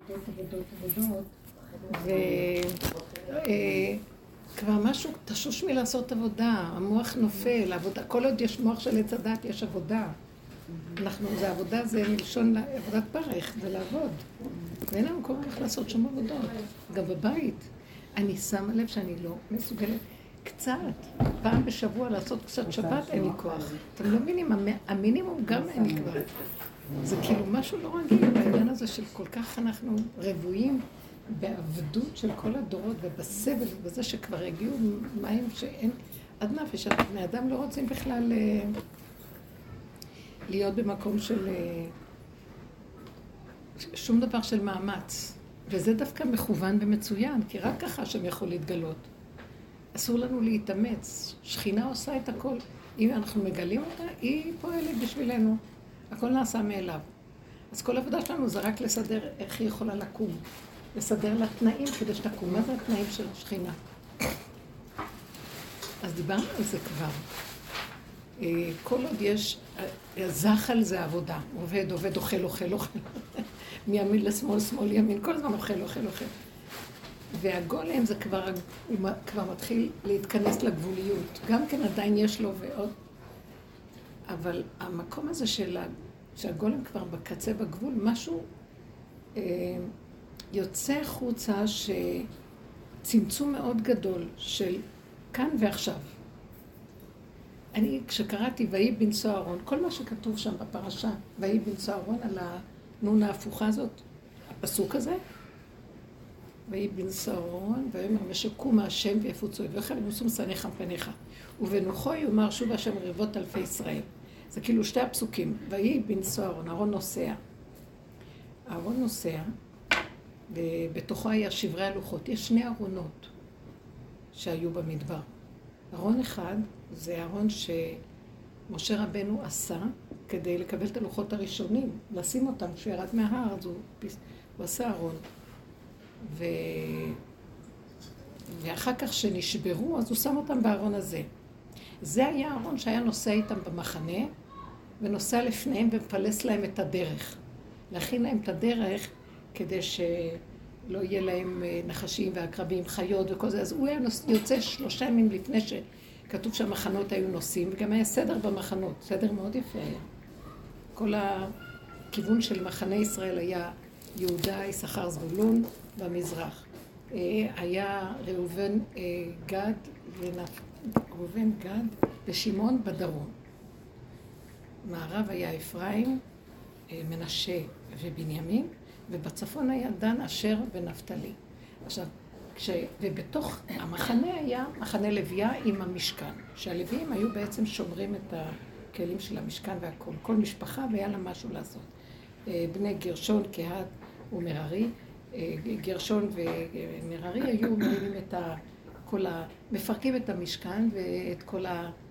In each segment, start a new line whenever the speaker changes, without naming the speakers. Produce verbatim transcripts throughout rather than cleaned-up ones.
עבודות, עבודות, עבודות, וכבר משהו תשוש מלעשות עבודה, המוח נופל, עבודה, כל עוד יש מוח של עץ הדת יש עבודה. אנחנו, זה עבודה, זה מלשון עבודת פרך, זה לעבוד. ואין לנו כל כך לעשות שום עבודות. גם בבית, אני שמה לב שאני לא מסוגלת קצת, פעם בשבוע לעשות קצת שבת, אין לי כוח. אתם לא מבינים, המינימום גם אין לי כבר. זה כאילו משהו לא רגיל, בעניין הזה של כל כך אנחנו רבועים בעבדות של כל הדורות ובסבל ובזה שכבר הגיעו מים שאין עד נפש. בני אדם לא רוצים בכלל להיות במקום של שום דבר של מאמץ. וזה דווקא מכוון ומצוין, כי רק ככה שהם יכול להתגלות. אסור לנו להתאמץ. שכינה עושה את הכל. אם אנחנו מגלים אותה, היא פועלת בשבילנו. הכל נעשה מאליו. אז כל העבודה שלנו זה רק לסדר איך היא יכולה לקום. לסדר לה תנאים כדי שתקום. מה זה התנאים של השכינה? אז דיברנו על זה כבר. כל עוד יש, זחל זה עבודה. עובד, עובד, אוכל, אוכל, אוכל. מימין לשמאל, שמאל, ימין. כל הזמן אוכל, אוכל, אוכל. והגולם זה כבר, הוא כבר מתחיל להתכנס לגבוליות. גם כן עדיין יש לו ועוד. אבל המקום הזה של שהגולם כבר בקצה בגבול, משהו אה, יוצא חוצה שצמצום מאוד גדול של כאן ועכשיו. אני, כשקראתי ויהי בנשוא אהרון, כל מה שכתוב שם בפרשה, ויהי בנשוא אהרון על הנון ההפוכה הזאת, הפסוק הזה, ויהי בנשוא אהרון, ויאמר משה קום השם ויפוצו אויביך ונוסו משנאיך מפניך. ובנוחו יאמר שוב השם רבבות אלפי ישראל. זה כאילו שתי הפסוקים. ויהי בנשוא אהרון, אהרון נוסע. אהרון נוסע, ובתוכו היה שברי הלוחות. יש שני אהרונות שהיו במדבר. אהרון אחד זה אהרון שמשה רבנו עשה כדי לקבל את הלוחות הראשונים, לשים אותם כשהוא ירד מההר, אז הוא, הוא עשה אהרון. ו... ואחר כך שנשברו, אז הוא שם אותם בארון הזה. זה היה אהרון שהיה נוסע איתם במחנה, ונוסע לפניהם ומפלס להם את הדרך. להכין להם את הדרך כדי שלא יהיה להם נחשים ועקרבים, חיות וכל זה. אז הוא היה נוס... יוצא שלושה ימים לפני שכתוב שהמחנות היו נוסעים, וגם היה סדר במחנות, סדר מאוד יפה היה. כל הכיוון של מחנה ישראל היה יהודה, יששכר, זבולון במזרח. היה ראובן, גד ונפ... ראובן, גד ושמעון בדרום. מערב היה אפרים, מנשה ובנימין, ובצפון היה דן, אשר ונפתלי. עכשיו, כש... ובתוך המחנה היה מחנה לוויה עם המשכן, שהלוויים היו בעצם שומרים את הכלים של המשכן והכל, כל משפחה והיה לה משהו לעשות. בני גרשון, קהת ומררי, גרשון ומררי היו מרימים את ה... כל ה... מפרקים את המשכן ואת כל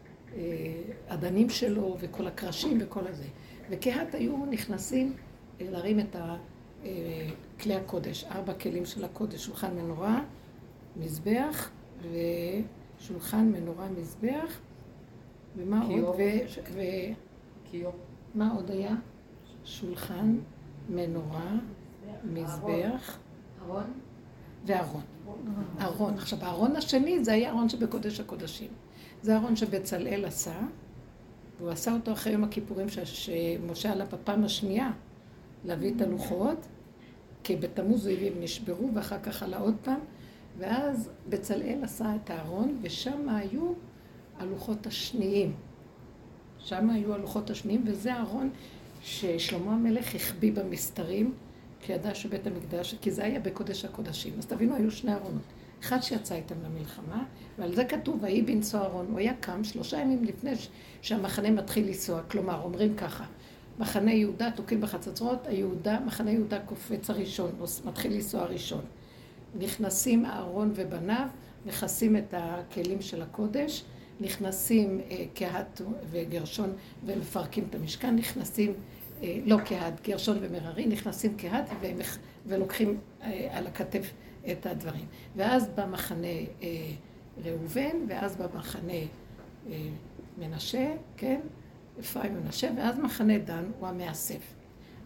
האדנים שלו וכל הקרשים וכל הזה. וקהת היו נכנסים להרים את כלי הקודש, ארבע כלים של הקודש, שולחן מנורה, מזבח ושולחן מנורה, מזבח, ומה עוד? ו... ו...
קיור.
מה עוד היה? שולחן, מנורה, מזבח.
ארון?
וארון. ארון. עכשיו, הארון השני זה היה ארון שבקודש הקודשים. זה ארון שבצלאל עשה, והוא עשה אותו אחרי יום הכיפורים שמשה עלה בפעם השנייה להביא את הלוחות, כי בתמוז הוא הביא ונשברו, ואחר כך עלה עוד פעם, ואז בצלאל עשה את הארון, ושם היו הלוחות השניים. שם היו הלוחות השניים, וזה הארון ששלמה המלך החביא במסתרים, כי ידע שבית המקדש, כי זה היה בקודש הקודשים. אז תבינו, היו שני ארונות. אחד שיצא איתם למלחמה, ועל זה כתוב, ויהי בנשוא אהרון. הוא היה קם שלושה ימים לפני שהמחנה מתחיל לנסוע. כלומר, אומרים ככה, מחנה יהודה תוקעים בחצוצרות, היהודה, מחנה יהודה קופץ הראשון, מתחיל לנסוע הראשון. נכנסים אהרון ובניו, נכנסים את הכלים של הקודש, נכנסים אה, קהת וגרשון ומפרקים את המשכן, נכנסים, אה, לא קהת, גרשון ומררי, נכנסים קהת ולוקחים אה, על הכתף את הדברים. ואז במחנה אה, ראובן, ואז במחנה אה, מנשה, כן? אפרים ומנשה, ואז מחנה דן הוא המאסף.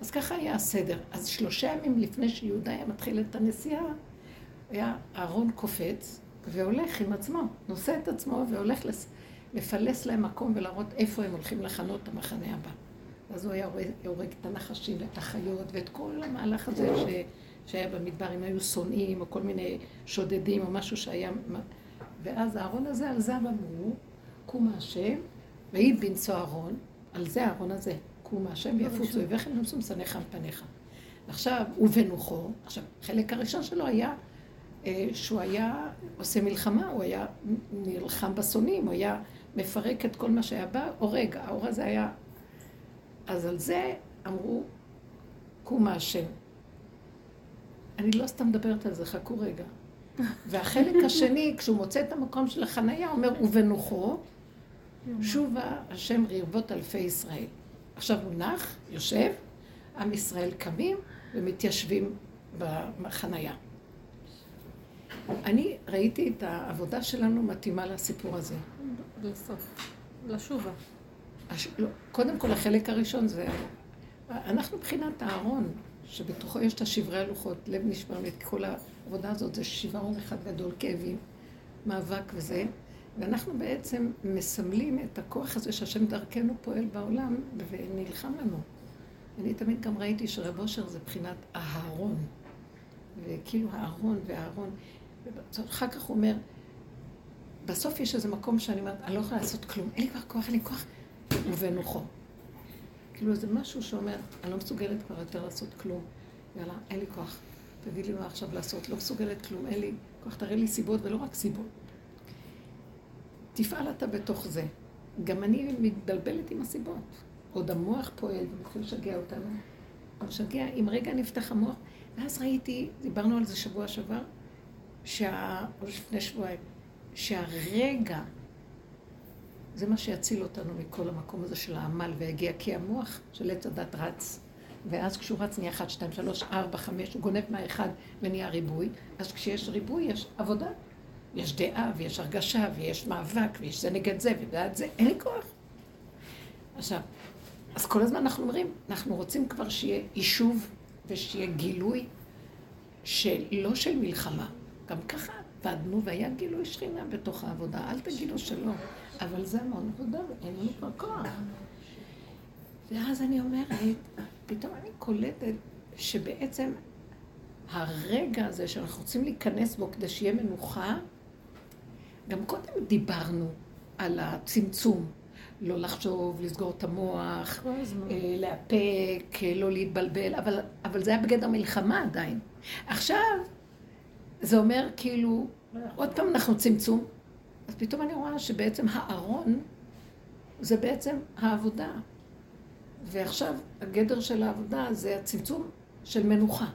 אז ככה היה הסדר. אז שלושה ימים לפני שיהודה היה מתחיל את הנסיעה, היה אהרון קופץ והולך עם עצמו, נושא את עצמו והולך לפלס להם מקום ולהראות איפה הם הולכים לחנות את המחנה הבא. אז הוא היה הורג את הנחשים ואת החיות ואת כל המהלך הזה ש... שהיה במדבר, אם היו שונאים או כל מיני שודדים או משהו שהיה... ואז הארון הזה, על זה אמרו, קום השם, ויהי בנשוא אהרון, על זה הארון הזה, קום השם ויפוצו אויביכם ונשאו משנאיך מפניך. עכשיו, ובנוחו, עכשיו, חלק הראשון שלו היה שהוא היה עושה מלחמה, הוא היה נלחם בשונאים, הוא היה מפרק את כל מה שהיה בא, הורג, האור הזה היה... אז על זה אמרו, קום השם. אני לא סתם מדברת על זה, חכו רגע. והחלק השני, כשהוא מוצא את המקום של החנייה, אומר, ובנוחו, שובה השם רבבות אלפי ישראל. עכשיו הוא נח, יושב, עם ישראל קמים ומתיישבים בחנייה. אני ראיתי את העבודה שלנו מתאימה לסיפור הזה.
לסוף, לשובה.
הש... לא, קודם כל החלק הראשון זה... אנחנו מבחינת הארון, שבתוכו יש את השברי הלוחות, לב נשבר ואת כל העבודה הזאת, זה שברון אחד גדול, כאבים, מאבק וזה, ואנחנו בעצם מסמלים את הכוח הזה שהשם דרכנו פועל בעולם ונלחם לנו. אני תמיד גם ראיתי שרב אושר זה בחינת הארון, וכאילו הארון והארון, אחר כך הוא אומר, בסוף יש איזה מקום שאני אומרת, אני לא יכולה לעשות כלום, אין לי כבר כוח, אין לי כוח, ובנוחו. כאילו זה משהו שאומר, אני לא מסוגלת כבר יותר לעשות כלום, יאללה, אין לי כוח, תגיד לי מה עכשיו לעשות, לא מסוגלת כלום, אין לי כוח, תראה לי סיבות ולא רק סיבות. תפעל אתה בתוך זה. גם אני מתבלבלת עם הסיבות. עוד המוח פועל ומתחיל לשגע אותנו. הוא משגע, אם רגע נפתח המוח, ואז ראיתי, דיברנו על זה שבוע שעבר, שה... או לפני שבועיים, שהרגע, זה מה שיציל אותנו מכל המקום הזה של העמל והגיע, כי המוח של עץ הדת רץ, ואז כשהוא רץ נהיה אחד, שתיים, שלוש, ארבע, חמש, הוא גונב מהאחד ונהיה ריבוי, אז כשיש ריבוי יש עבודה, יש דעה ויש הרגשה ויש מאבק ויש זה נגד זה ובעד זה, אין לי כוח. עכשיו, אז כל הזמן אנחנו אומרים, אנחנו רוצים כבר שיהיה יישוב ושיהיה גילוי שלא של מלחמה, גם ככה עבדנו והיה גילוי שכינה בתוך העבודה, אל תגידו שלא, אבל זה המון עבודה ואין לנו כבר כוח. ואז אני אומרת, פתאום אני קולטת שבעצם הרגע הזה שאנחנו רוצים להיכנס בו כדי שיהיה מנוחה, גם קודם דיברנו על הצמצום, לא לחשוב, לסגור את המוח, להפק, לא להתבלבל, אבל, אבל זה היה בגדר מלחמה עדיין. עכשיו, זה אומר כאילו, עוד פעם אנחנו צמצום, אז פתאום אני רואה שבעצם הארון זה בעצם העבודה. ועכשיו הגדר של העבודה זה הצמצום של מנוחה.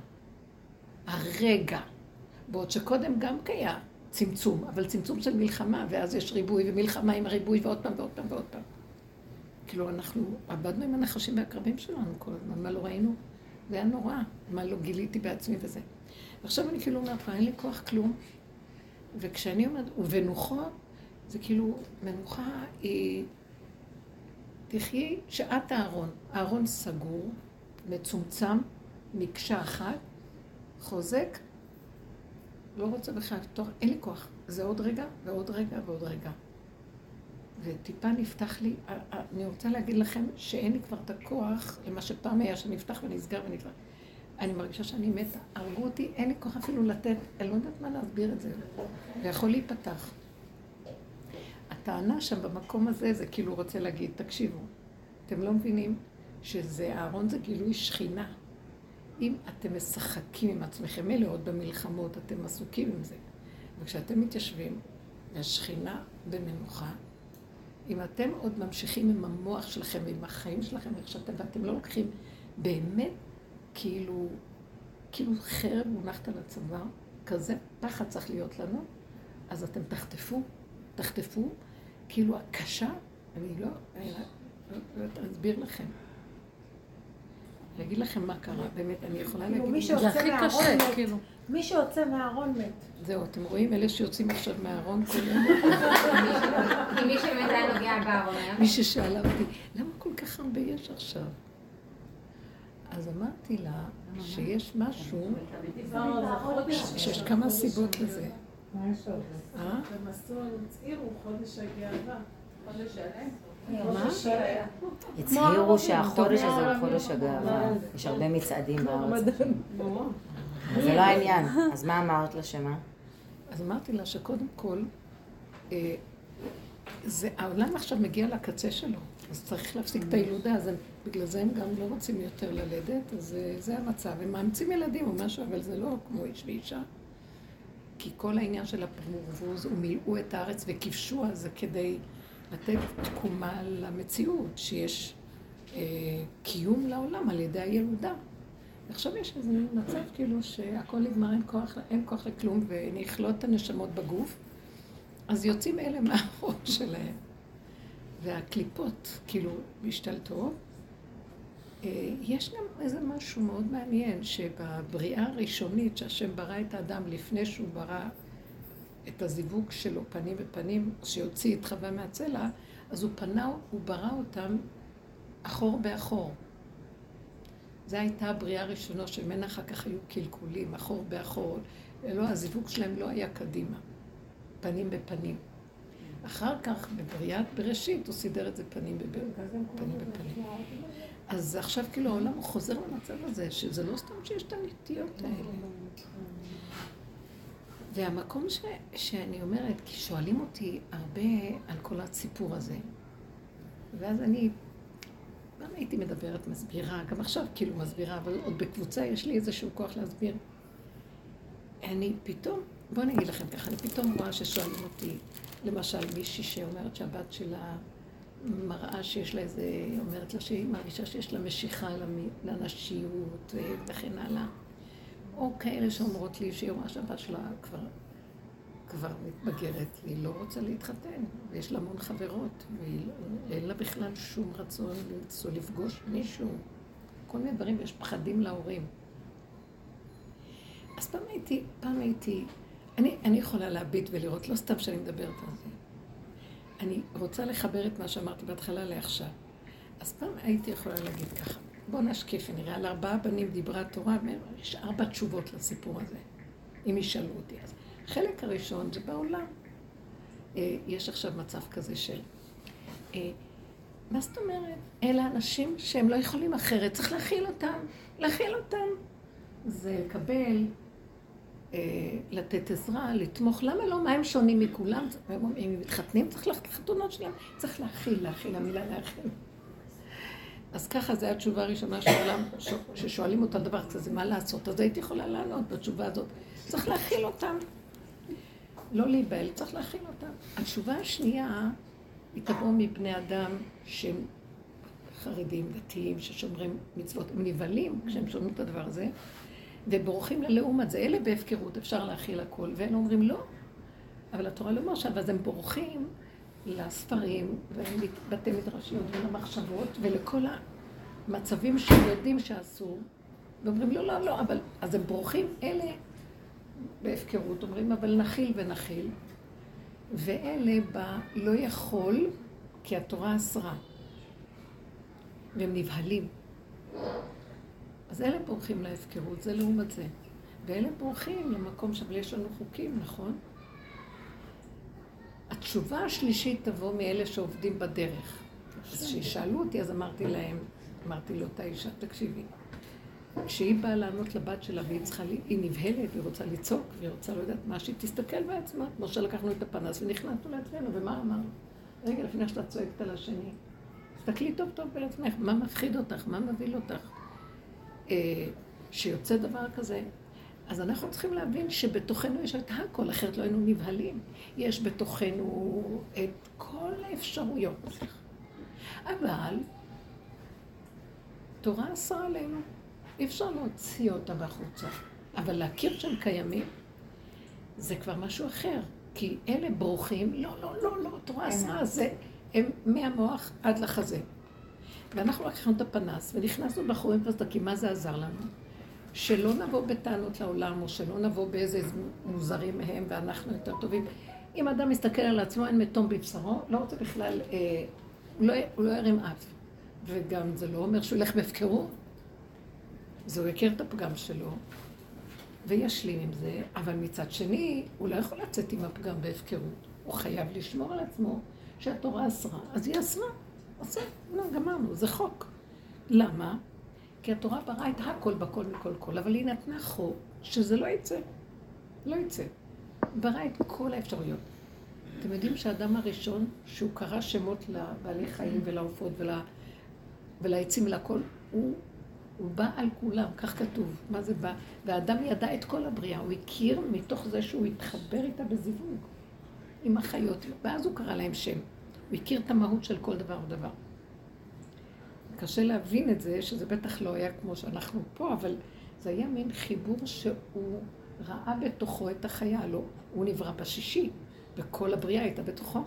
הרגע. בעוד שקודם גם קיים צמצום, אבל צמצום של מלחמה, ואז יש ריבוי ומלחמה עם הריבוי ועוד פעם ועוד פעם ועוד פעם. כאילו אנחנו עבדנו עם הנחשים והקרבים שלנו כל הזמן, מה לא ראינו? זה היה נורא, מה לא גיליתי בעצמי וזה. ועכשיו אני כאילו אומרת, אין לי כוח כלום. וכשאני אומרת, ובנוחו, זה כאילו, מנוחה היא... תחיי שעת הארון, הארון סגור, מצומצם, מקשה אחת, חוזק, לא רוצה בכלל לפתוח, אין לי כוח. זה עוד רגע ועוד רגע ועוד רגע. וטיפה נפתח לי, אני רוצה להגיד לכם שאין לי כבר את הכוח למה שפעם היה שנפתח ונסגר ונפתח. אני מרגישה שאני מתה, הרגו אותי, אין לי כוח אפילו לתת, אני לא יודעת מה להסביר את זה. ויכול להיפתח. הטענה שם במקום הזה, זה כאילו רוצה להגיד, תקשיבו, אתם לא מבינים שזה, הארון זה גילוי שכינה. אם אתם משחקים עם עצמכם, אלה עוד במלחמות, אתם עסוקים עם זה. וכשאתם מתיישבים, והשכינה במנוחה, אם אתם עוד ממשיכים עם המוח שלכם ועם החיים שלכם, איך שאתם, ואתם לא לוקחים באמת כאילו, כאילו חרב מונחת על הצוואר, כזה פחד צריך להיות לנו, אז אתם תחטפו, תחטפו, כאילו הקשה, אני לא, אני לא אסביר לכם. אני אגיד לכם מה קרה, באמת, אני יכולה להגיד...
זה הכי קשה, כאילו.
מי שיוצא מהארון מת.
זהו, אתם רואים? אלה שיוצאים עכשיו מהארון כל יום.
כי מי שבאמת היה נוגע בארון היה?
מי ששאלה אותי, למה כל כך הרבה יש עכשיו? אז אמרתי לה שיש משהו, שיש כמה סיבות לזה.
אה? במסלול הצהירו חודש הגאווה. חודש שלם?
מה?
הצהירו שהחודש הזה הוא חודש הגאווה. יש הרבה מצעדים בארץ. זה לא העניין. אז מה אמרת לה שמה?
אז אמרתי לה שקודם כל, זה, העולם עכשיו מגיע לקצה שלו, אז צריך להפסיק את הילודה, אז בגלל זה הם גם לא רוצים יותר ללדת, אז זה המצב. הם מאמצים ילדים או משהו, אבל זה לא כמו איש ואישה. כי כל העניין של הפרורבוז, ומילאו את הארץ וכבשו על זה כדי לתת תקומה למציאות, שיש אה, קיום לעולם על ידי הילודה. עכשיו יש איזה מצב כאילו שהכל נגמר, אין כוח, אין כוח לכלום, ונכלות את הנשמות בגוף, אז יוצאים אלה מהראש שלהם. והקליפות כאילו משתלטות. יש גם איזה משהו מאוד מעניין, שבבריאה הראשונית שהשם ברא את האדם לפני שהוא ברא את הזיווג שלו פנים ופנים, שיוציא את חווה מהצלע, אז הוא פנה, הוא ברא אותם אחור באחור. זו הייתה הבריאה הראשונה שממנה אחר כך היו קלקולים, אחור באחור. לא, הזיווג שלהם לא היה קדימה, פנים בפנים. אחר כך, בבריאת בראשית, הוא סידר את זה פנים בפנים. בפנים. אז עכשיו כאילו העולם הוא חוזר למצב הזה, שזה לא סתם שיש את הנטיות האלה. והמקום ש, שאני אומרת, כי שואלים אותי הרבה על כל הסיפור הזה, ואז אני, גם הייתי מדברת, מסבירה, גם עכשיו כאילו מסבירה, אבל עוד בקבוצה יש לי איזשהו כוח להסביר. אני פתאום, בואו אני אגיד לכם ככה, אני פתאום רואה ששואלים אותי, למשל מישהי שאומרת שהבת שלה מראה שיש לה איזה, אומרת לה שהיא מרגישה שיש לה משיכה לנשיות וכן הלאה. או כאלה שאומרות לי שהיא רואה שהבת שלה כבר, כבר מתבגרת, והיא לא רוצה להתחתן, ויש לה המון חברות, ואין לה בכלל שום רצון למצוא, לפגוש מישהו. כל מיני דברים, ויש פחדים להורים. אז פעם הייתי, פעם הייתי, אני, אני יכולה להביט ולראות, לא סתם שאני מדברת על זה. אני רוצה לחבר את מה שאמרתי בהתחלה לעכשיו. אז פעם הייתי יכולה להגיד ככה, בוא נשקיף, נראה, על ארבעה בנים דיברה תורה, ויש ארבע תשובות לסיפור הזה, אם ישאלו אותי. אז חלק הראשון זה בעולם. יש עכשיו מצב כזה של, מה זאת אומרת? אלה אנשים שהם לא יכולים אחרת, צריך להכיל אותם, להכיל אותם. זה לקבל, לתת עזרה, לתמוך. למה לא? מה הם שונים מכולם? הם מתחתנים, צריך ללכת לחתונות שלהם, צריך להכיל, להכיל, המילה להכיל. אז ככה, זו התשובה הראשונה שעולם, ששואלים אותה דבר כזה, מה לעשות? אז הייתי יכולה לענות בתשובה הזאת. צריך להכיל אותם. לא להיבהל, צריך להכיל אותם. התשובה השנייה, היא תבוא מבני אדם שהם חרדים, דתיים, ששומרים מצוות, הם נבהלים כשהם שומעים את הדבר הזה, ובורחים ללעומת זה. אלה בהפקרות, אפשר להכיל הכל, והם אומרים לא. אבל התורה לא מרשה, ואז הם בורחים לספרים, ולבתי מדרשיות, ולמחשבות, ולכל המצבים שהם יודעים שעשו, ואומרים לא, לא, לא, אבל אז הם בורחים, אלה בהפקרות, אומרים, אבל נכיל ונכיל, ואלה בה לא יכול, כי התורה אסרה, והם נבהלים. אז אלה בורחים להפקרות, זה לעומת זה. ואלה בורחים למקום אבל יש לנו חוקים, נכון? התשובה השלישית תבוא מאלה שעובדים בדרך. אז כששאלו אותי, אז אמרתי להם, אמרתי לאותה אישה, תקשיבי, כשהיא באה לענות לבת שלה והיא צריכה, היא נבהלת, והיא רוצה לצעוק, והיא רוצה לא יודעת מה, שהיא תסתכל בעצמה, כמו שלקחנו את הפנס ונכנסנו לעצמנו, ומה אמרנו? רגע, לפני שאתה צועקת על השני, תסתכלי טוב טוב בעצמך, מה מפחיד אותך, מה מביא אותך, אה, שיוצא דבר כזה. אז אנחנו צריכים להבין שבתוכנו יש את הכל, אחרת לא היינו נבהלים. יש בתוכנו את כל האפשרויות. אבל תורה אסרה עלינו. אי אפשר להוציא אותה בחוצה. אבל להכיר שהם קיימים, זה כבר משהו אחר. כי אלה ברוכים, לא, לא, לא, לא, תורה אסרה, זה הם מהמוח עד לחזה. ואנחנו לקחנו את הפנס ונכנסנו בחורים וסדקים, מה זה עזר לנו? שלא נבוא בטענות לעולם, או שלא נבוא באיזה מוזרים מהם, ואנחנו יותר טובים. אם אדם מסתכל על עצמו, אין מתום בבשרו, לא רוצה בכלל, אה, הוא, לא, הוא לא ירים אף. וגם זה לא אומר שהוא ילך בהפקרות. אז הוא הכיר את הפגם שלו, וישלים עם זה, אבל מצד שני, הוא לא יכול לצאת עם הפגם בהפקרות. הוא חייב לשמור על עצמו שהתורה אסרה, אז היא אסרה. אסרה, לא, גמרנו, זה חוק. למה? כי התורה בראה את הכל בכל מכל כל, אבל היא נתנה חוק שזה לא יצא. לא יצא. בראה את כל האפשרויות. אתם יודעים שהאדם הראשון, שהוא קרא שמות לבעלי חיים ולעופות ולה... ולעצים ולכל, הוא, הוא בא על כולם, כך כתוב. מה זה בא? והאדם ידע את כל הבריאה, הוא הכיר מתוך זה שהוא התחבר איתה בזיווג, עם החיות, ואז הוא קרא להם שם. הוא הכיר את המהות של כל דבר ודבר. קשה להבין את זה, שזה בטח לא היה כמו שאנחנו פה, אבל זה היה מין חיבור שהוא ראה בתוכו את החיה, לא, הוא נברא בשישי, וכל הבריאה הייתה בתוכו.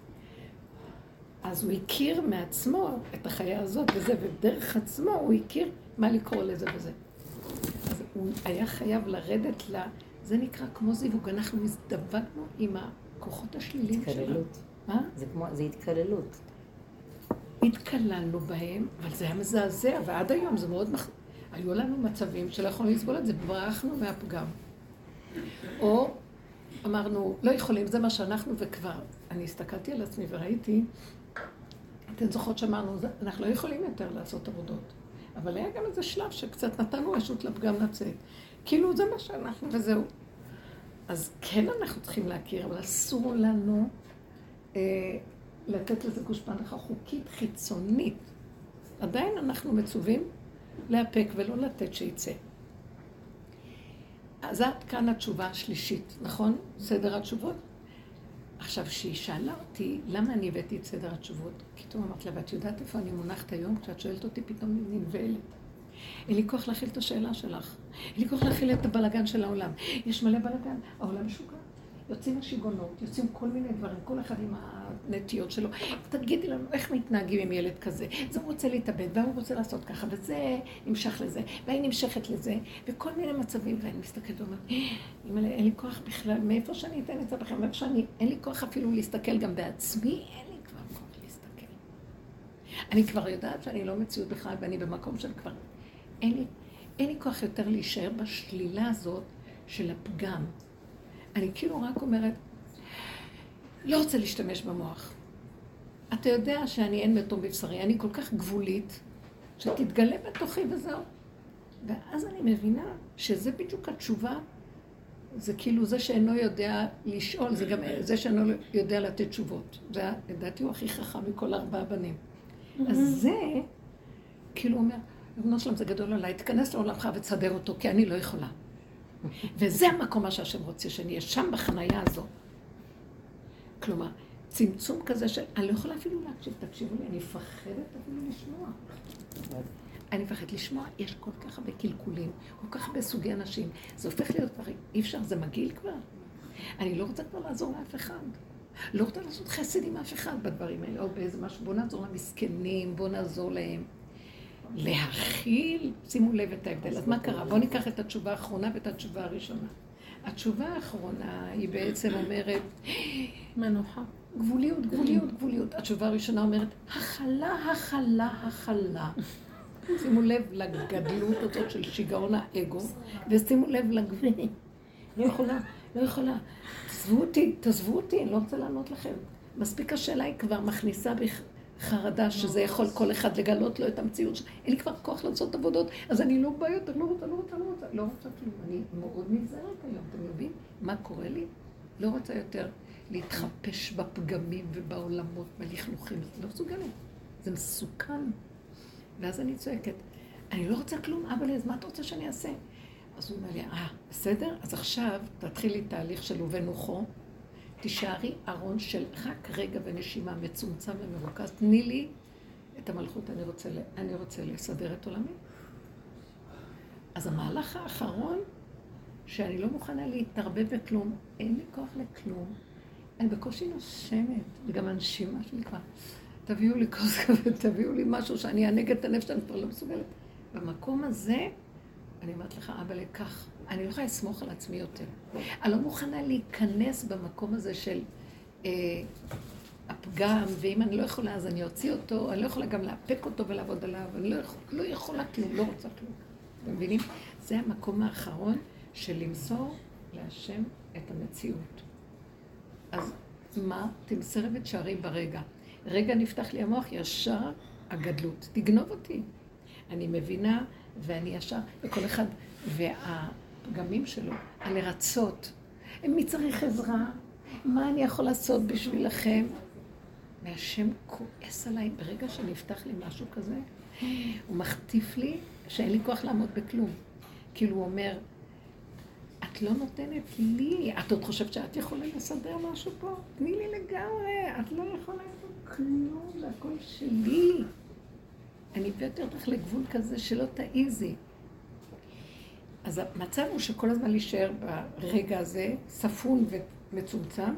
אז הוא הכיר מעצמו את החיה הזאת וזה, ודרך עצמו הוא הכיר מה לקרוא לזה וזה. אז הוא היה חייב לרדת ל... זה נקרא כמו זיווג, אנחנו הזדווגנו עם הכוחות השלילים שלנו.
התקללות.
מה?
זה כמו, זה התקללות.
התקללנו בהם, אבל זה היה מזעזע, ועד היום זה מאוד מח... היו לנו מצבים שלא יכולנו לסבול את זה, ברחנו מהפגם. או אמרנו, לא יכולים, זה מה שאנחנו וכבר. אני הסתכלתי על עצמי וראיתי, אתן זוכרות שאמרנו, אנחנו לא יכולים יותר לעשות עבודות. אבל היה גם איזה שלב שקצת נתנו רשות לפגם לצאת. כאילו זה מה שאנחנו וזהו. אז כן אנחנו צריכים להכיר, אבל אסור לנו אה, לתת לזה גושפנחה חוקית חיצונית. עדיין אנחנו מצווים להפק ולא לתת שיצא. אז עד כאן התשובה השלישית, נכון? סדר התשובות. עכשיו, שהיא שאלה אותי, למה אני הבאתי את סדר התשובות? פתאום אמרת לה, ואת יודעת איפה אני מונחת היום? כשאת שואלת אותי, פתאום ננבלת. אין לי כוח להכיל את השאלה שלך. אין לי כוח להכיל את הבלגן של העולם. יש מלא בלגן, העולם משוגע. יוצאים השיגונות, יוצאים כל מיני דברים, כל אחד עם הנטיות שלו. תגידי לנו איך מתנהגים עם ילד כזה. זה הוא רוצה להתאבד, והוא רוצה לעשות ככה, וזה נמשך לזה, והיא נמשכת לזה, וכל מיני מצבים, ואני מסתכלת ואומרת, אין לי כוח בכלל, מאיפה שאני אתן את זה בכלל, מאיפה שאני, אין לי כוח אפילו להסתכל גם בעצמי, אין לי כבר כוח להסתכל. אני כבר יודעת שאני לא מציאות בכלל, ואני במקום של כבר, אין לי, אין לי כוח יותר להישאר בשלילה הזאת של הפגם. אני כאילו רק אומרת, לא רוצה להשתמש במוח. אתה יודע שאני אין מתום בבשרי, אני כל כך גבולית, שתתגלה בתוכי וזהו. ואז אני מבינה שזה בדיוק התשובה, זה כאילו זה שאינו יודע לשאול, זה גם זה שאינו יודע לתת תשובות. זה, לדעתי, הוא הכי חכם מכל ארבעה בנים. אז זה, כאילו אומר, בנו שלם זה גדול עליי, תיכנס לעולמך ותסדר אותו, כי אני לא יכולה. וזה המקום מה שהשם רוצה, שאני אהיה שם בחנייה הזו. כלומר, צמצום כזה של... אני לא יכולה אפילו להקשיב, תקשיבו לי, אני מפחדת אפילו לשמוע. אני מפחדת לשמוע, יש כל כך הרבה קלקולים, כל כך הרבה סוגי אנשים. זה הופך להיות כבר, אי אפשר, זה מגעיל כבר. אני לא רוצה כבר לעזור לאף אחד. לא רוצה לעשות חסד עם אף אחד בדברים האלה, או באיזה משהו. בוא נעזור למסכנים, בוא נעזור להם. להכיל, שימו לב את ההבדל. אז מה קרה? בואו ניקח את התשובה האחרונה ואת התשובה הראשונה. התשובה האחרונה היא בעצם אומרת,
מנוחה.
גבוליות, גבוליות, גבוליות. התשובה הראשונה אומרת, הכלה, הכלה, הכלה. שימו לב לגדלות הזאת של שיגעון האגו, ושימו לב לגבוליות. לא יכולה, לא יכולה. תעזבו אותי, תעזבו אותי, אני לא רוצה לענות לכם. מספיק השאלה היא כבר מכניסה בכ... חרדה שזה יכול כל אחד לגלות לו את המציאות שלה. אין לי כבר כוח לעשות עבודות, אז אני לא באה יותר, לא רוצה, לא רוצה, לא רוצה, לא רוצה כלום. אני מאוד נגזרת היום, אתם יודעים מה קורה לי? לא רוצה יותר להתחפש בפגמים ובעולמות, בלכלוכים, זה לא מסוגלת, זה מסוכן. ואז אני צועקת, אני לא רוצה כלום, אבא לי, אז מה אתה רוצה שאני אעשה? אז הוא אומר לי, אה, בסדר? אז עכשיו תתחילי תהליך של ובנוחו, תישארי ארון של רק רגע ונשימה מצומצם ומרוכז. תני לי את המלכות, אני רוצה, אני רוצה לסדר את עולמי. אז המהלך האחרון, שאני לא מוכנה להתערבב בכלום, אין לי כוח לכלום. אני בקושי נושמת, וגם הנשימה שלי כבר. תביאו לי כוס כבד, תביאו לי משהו שאני אענג את הנפש, אני כבר לא מסוגלת. במקום הזה, אני אומרת לך, אבא לקח. אני לא יכולה לסמוך על עצמי יותר. אני לא מוכנה להיכנס במקום הזה של אה, הפגם, ואם אני לא יכולה אז אני אוציא אותו, אני לא יכולה גם להפק אותו ולעבוד עליו, אני לא, יכול, לא יכולה כלום, לא רוצה כלום. אתם מבינים? זה המקום האחרון של למסור להשם את המציאות. אז מה? תמסר את שערי ברגע. רגע נפתח לי המוח, ישר הגדלות. תגנוב אותי. אני מבינה ואני ישר, וכל אחד, והפגמים שלו, הלרצות. מי צריך עזרה? מה אני יכול לעשות בשבילכם? והשם כועס עליי ברגע שנפתח לי משהו כזה, הוא מחטיף לי שאין לי כוח לעמוד בכלום. כאילו הוא אומר, את לא נותנת לי, את עוד חושבת שאת יכולה לסדר משהו פה? תני לי לגמרי, את לא יכולה לעשות כלום, זה הכל שלי. אני הבאתי אותך לגבול כזה שלא תעיזי. אז המצב הוא שכל הזמן להישאר ברגע הזה, ספון ומצומצם,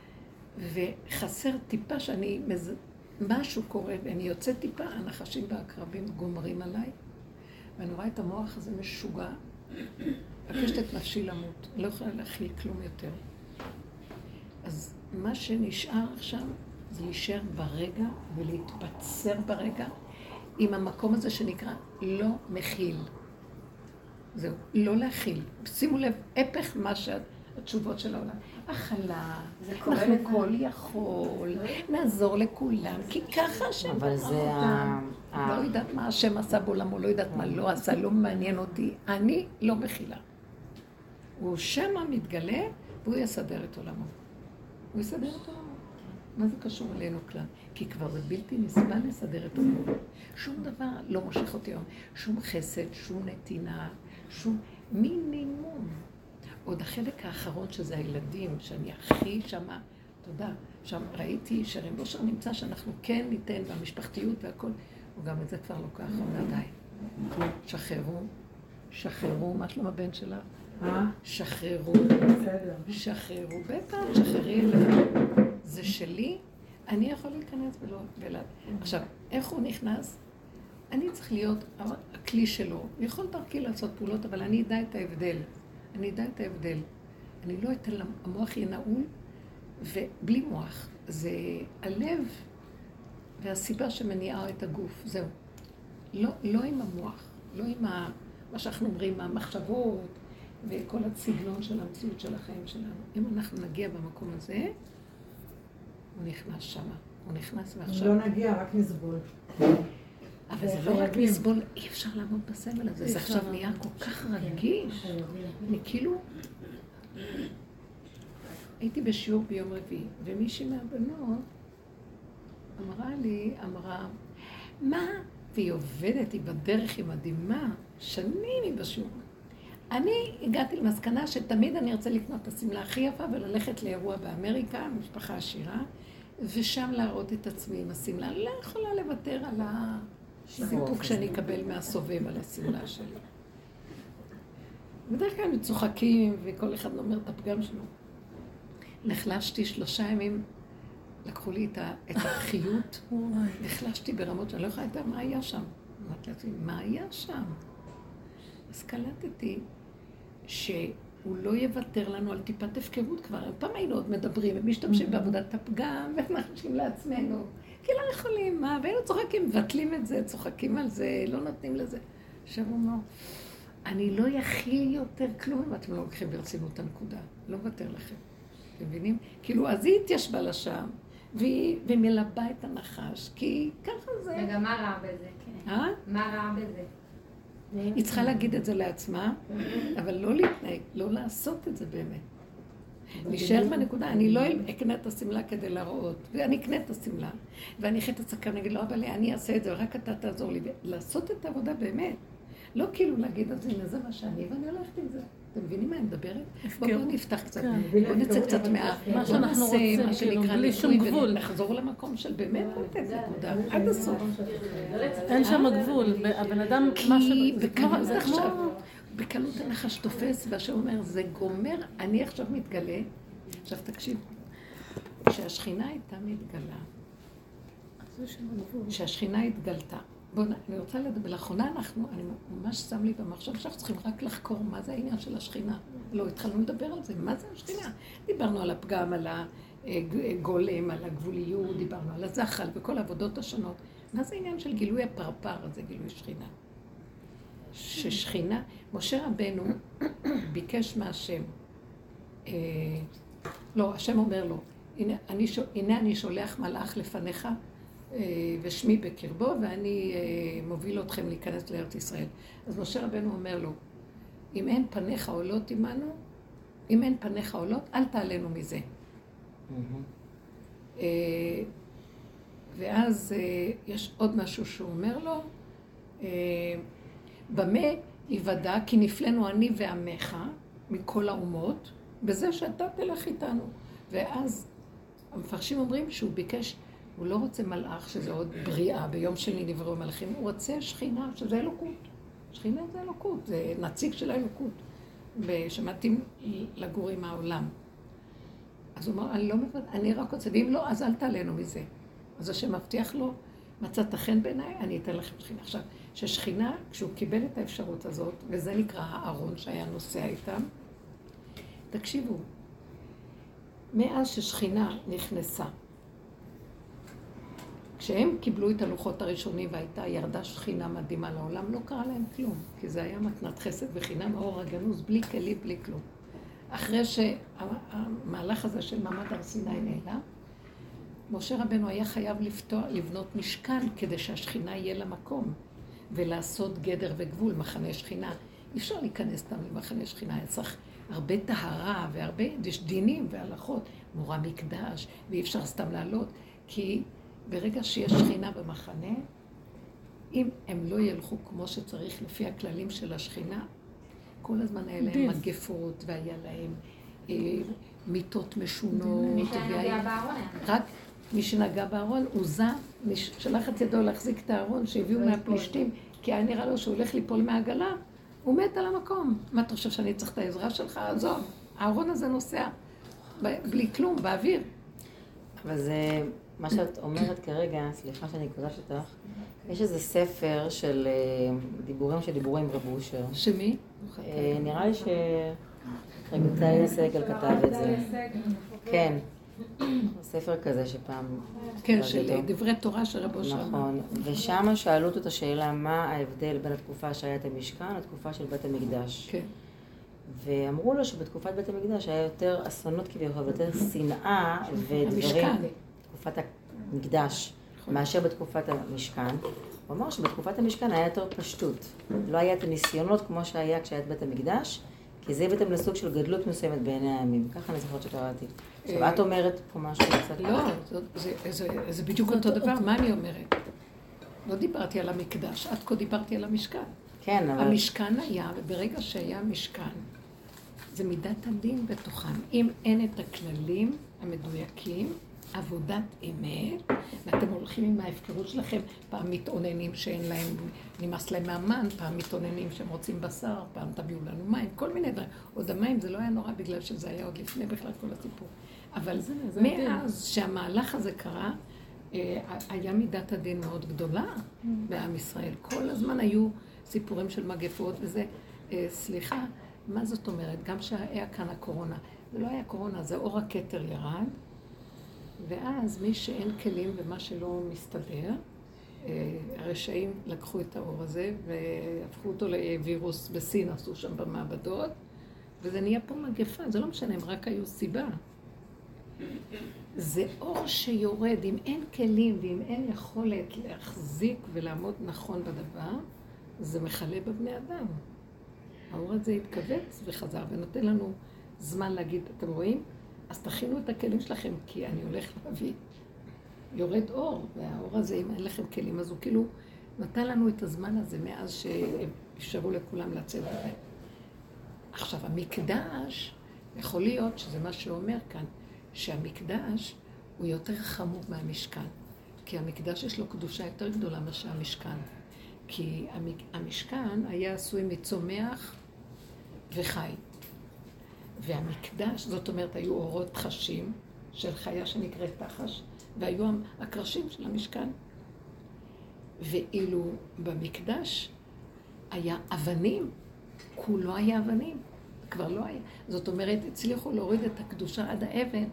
וחסר טיפה שאני, מז... משהו קורה, ואני יוצאת טיפה, הנחשים והקרבים גומרים עליי, ואני רואה את המוח הזה משוגע, מבקשת את נפשי למות, לא יכולה להכיל כלום יותר. אז מה שנשאר עכשיו זה להישאר ברגע ולהתבצר ברגע עם המקום הזה שנקרא לא מכיל. זהו, לא להכיל. שימו לב, הפך מה שהתשובות של העולם. הכלה, אנחנו כל יכול, נעזור לכולם, כי ככה השם
אבל זה ה...
לא יודעת מה השם עשה בעולמו, לא יודעת מה לא עשה, לא מעניין אותי. אני לא מכילה. הוא שמה מתגלה, והוא יסדר את עולמו. הוא יסדר את עולמו. מה זה קשור אלינו כלל? כי כבר זה בלתי נסבל לסדר את עולמו. שום דבר לא מושך אותי היום. שום חסד, שום נתינה, שום מינימום. עוד החלק האחרון שזה הילדים, שאני הכי שמה, תודה, שם ראיתי שרם בושר נמצא שאנחנו כן ניתן במשפחתיות והכל, וגם את זה כבר לא ככה, עדיין. שחררו, שחררו, מה שלום הבן שלה? שחררו, שחררו, בטח, שחררי אליו. זה שלי, אני יכול להיכנס ולא, ולא. עכשיו, איך הוא נכנס? אני צריך להיות הכלי שלו. הוא יכול דרכי לעשות פעולות, אבל אני אדע את ההבדל. אני אדע את ההבדל. אני לא אתן למוח יהיה נעול, ובלי מוח. זה הלב והסיבה שמניעה את הגוף. זהו. לא, לא עם המוח, לא עם ה, מה שאנחנו אומרים, המחשבות וכל הסגנון של המציאות של החיים שלנו. אם אנחנו נגיע במקום הזה, הוא נכנס שמה. הוא נכנס ועכשיו...
לא נגיע, רק נסבול.
אבל זה לא רק לסבול, אי אפשר לעמוד בסמל הזה, זה עכשיו נהיה כל כך רגיש. אני כאילו... הייתי בשיעור ביום רביעי, ומישהי מהבנות אמרה לי, אמרה, מה? והיא עובדת, היא בדרך, היא מדהימה, שנים היא בשיעור. אני הגעתי למסקנה שתמיד אני ארצה לקנות את הסמלה הכי יפה וללכת לאירוע באמריקה, משפחה עשירה, ושם להראות את עצמי עם הסמלה. אני לא יכולה לוותר על הסיפוק שאני אקבל מהסובב על הסמלה שלי. בדרך כלל מצוחקים וכל אחד אומר את הפגם שלו. נחלשתי שלושה ימים, לקחו לי את החיות, נחלשתי ברמות שאני לא יכולה לדעת מה היה שם. אמרתי לעצמי, מה היה שם? אז קלטתי שהוא לא יוותר לנו על טיפת הפקרות כבר. פעם היינו עוד מדברים ומשתמשים בעבודת הפגם ומחשים לעצמנו. כי לא יכולים, מה? והיינו צוחקים, מבטלים את זה, צוחקים על זה, לא נותנים לזה. עכשיו הוא אומר, אני לא יכיל יותר כלום אם אתם לא לוקחים ברצינות את הנקודה. לא מוותר לכם. אתם מבינים? כאילו, אז היא התיישבה לשם, והיא מלבה את הנחש, כי ככה זה...
וגם מה רע בזה, כן.
אה?
מה רע בזה?
היא צריכה להגיד את זה לעצמה, אבל לא להתנהג, לא לעשות את זה באמת. נשאר בנקודה, אני לא אקנה את הסמלה כדי להראות, ואני אקנה את הסמלה, ואני אחת את הסכם, נגיד לו, אבל אני אעשה את זה, רק אתה תעזור לי, לעשות את העבודה באמת. לא כאילו להגיד, אז הנה זה מה שאני, ואני הולכת עם זה. אתם מבינים מה אני מדברת? בואו נפתח קצת, בואו נצא קצת מה...
מה שאנחנו רוצים, כאילו, בלי שום גבול.
ונחזור למקום של באמת לתת נקודה, עד הסוף.
אין שם גבול, הבן אדם...
כי בקלות עכשיו, בקלות הנחש תופס, והשם אומר, זה גומר, אני עכשיו מתגלה. עכשיו תקשיב, כשהשכינה הייתה מתגלה, כשהשכינה התגלתה, בואו, אני רוצה לדבר, לאחרונה אנחנו, אני ממש שם לי במחשב, עכשיו צריכים רק לחקור מה זה העניין של השכינה. לא התחלנו לדבר על זה, מה זה השכינה? דיברנו על הפגם, על הגולם, על הגבוליות, דיברנו על הזחל וכל העבודות השונות. מה זה העניין של גילוי הפרפר הזה, גילוי שכינה? ששכינה, משה רבנו ביקש מהשם, אה, לא, השם אומר לו, הנה אני, הנה אני שולח מלאך לפניך, אה, ושמי בקרבו, ואני אה, מוביל אתכם להיכנס לארץ ישראל. אז משה רבנו אומר לו, אם אין פניך עולות עמנו, אם אין פניך עולות, אל תעלנו מזה. Mm-hmm. אה, ואז אה, יש עוד משהו שהוא אומר לו, אה, במה יוודע כי נפלנו אני ועמך מכל האומות, בזה שאתה תלך איתנו. ואז המפרשים אומרים שהוא ביקש, הוא לא רוצה מלאך שזה עוד בריאה, ביום שני נבראו מלאכים, הוא רוצה שכינה שזה אלוקות. שכינה זה אלוקות, זה נציג של האלוקות, שמתאים לגור עם העולם. אז הוא אומר, אני לא מבין, אני רק רוצה, ואם לא, אז אל תעלנו מזה. אז השם מבטיח לו, מצאת חן בעיניי, אני אתן לכם שכינה. עכשיו, ששכינה, כשהוא קיבל את האפשרות הזאת, וזה נקרא הארון שהיה נוסע איתם, תקשיבו, מאז ששכינה נכנסה, כשהם קיבלו את הלוחות הראשונים והייתה ירדה שכינה מדהימה לעולם, לא קרה להם כלום, כי זה היה מתנת חסד וחינם האור הגנוז, בלי כלי, בלי כלום. אחרי שהמהלך הזה של מעמד הר סיני נעלם, משה רבנו היה חייב לפתוח, לבנות משכן כדי שהשכינה יהיה למקום, ולעשות גדר וגבול, מחנה שכינה. אי אפשר להיכנס סתם למחנה שכינה, היה צריך הרבה טהרה והרבה דינים והלכות, מורה מקדש, ואי אפשר סתם לעלות, כי ברגע שיש שכינה במחנה, אם הם לא ילכו כמו שצריך לפי הכללים של השכינה, כל הזמן היה להם מגפות והיה להם אה, מיטות משונות.
מי שנגע בארון.
רק מי שנגע בארון, הוא זה, שלח את ידו להחזיק את הארון שהביאו מהפלישתים, כי היה נראה לו שהוא הולך ליפול מהעגלה, הוא מת על המקום. מה אתה חושב שאני צריך את העזרה שלך? עזוב, הארון הזה נוסע בלי כלום, באוויר.
אבל זה, מה שאת אומרת כרגע, סליחה שאני קודש אותך, יש איזה ספר של דיבורים שדיברו עם רב אושר.
שמי?
נראה לי ש... רגע, סגל כתב את זה. כן. ספר כזה שפעם...
כן, של דברי תורה של רב אושר.
נכון. ושם שאלו אותו את השאלה, מה ההבדל בין התקופה שהיה את המשכן לתקופה של בית המקדש.
כן.
ואמרו לו שבתקופת בית המקדש היה יותר אסונות כביכול, יותר שנאה ודברים...
המשכן.
תקופת המקדש, מאשר בתקופת המשכן. הוא אמר שבתקופת המשכן היה יותר פשטות. לא היה את הניסיונות כמו שהיה כשהיה את בית המקדש, כי זה הבאתם לסוג של גדלות מסוימת בעיני הימים. ככה אני זוכרת שקראתי. עכשיו, את אומרת פה משהו קצת...
לא, זה בדיוק אותו דבר. מה אני אומרת? לא דיברתי על המקדש, עד כה דיברתי על המשכן.
כן, אבל...
המשכן היה, וברגע שהיה משכן, זה מידת הדין בתוכם. אם אין את הכללים המדויקים, עבודת אמת, ואתם הולכים עם ההפקרות שלכם, פעם מתעוננים שאין להם, נמאס להם מהמן, פעם מתעוננים שהם רוצים בשר, פעם תביאו לנו מים, כל מיני דברים. עוד המים זה לא היה נורא בגלל שזה היה עוד לפני בכלל כל הסיפור. אבל זה, זה מאז זה. שהמהלך הזה קרה, היה מידת הדין מאוד גדולה בעם ישראל. כל הזמן היו סיפורים של מגפות וזה, סליחה, מה זאת אומרת? גם שהיה כאן הקורונה. זה לא היה קורונה, זה אור הכתר ירד, ואז מי שאין כלים ומה שלא מסתדר, הרשעים לקחו את האור הזה והפכו אותו לווירוס בסין, עשו שם במעבדות, וזה נהיה פה מגפה, זה לא משנה, הם רק היו סיבה. זה אור שיורד, אם אין כלים ואם אין יכולת להחזיק ולעמוד נכון בדבר, זה מחלה בבני אדם. האור הזה התכווץ וחזר ונותן לנו זמן להגיד, אתם רואים? אז תכינו את הכלים שלכם, כי אני הולך להביא. יורד אור, והאור הזה, אם אין לכם כלים, אז הוא כאילו נתן לנו את הזמן הזה מאז שאפשרו לכולם לצאת בהם. עכשיו, המקדש, יכול להיות שזה מה שאומר כאן, שהמקדש הוא יותר חמור מהמשכן. כי המקדש יש לו קדושה יותר גדולה מאשר המשכן. כי המשכן היה עשוי מצומח וחי. והמקדש, זאת אומרת, היו אורות חשים של חיה שנקראת תחש, והיו הקרשים של המשכן. ואילו במקדש היה אבנים, כולו היה אבנים, כבר לא היה. זאת אומרת, הצליחו להוריד את הקדושה עד האבן,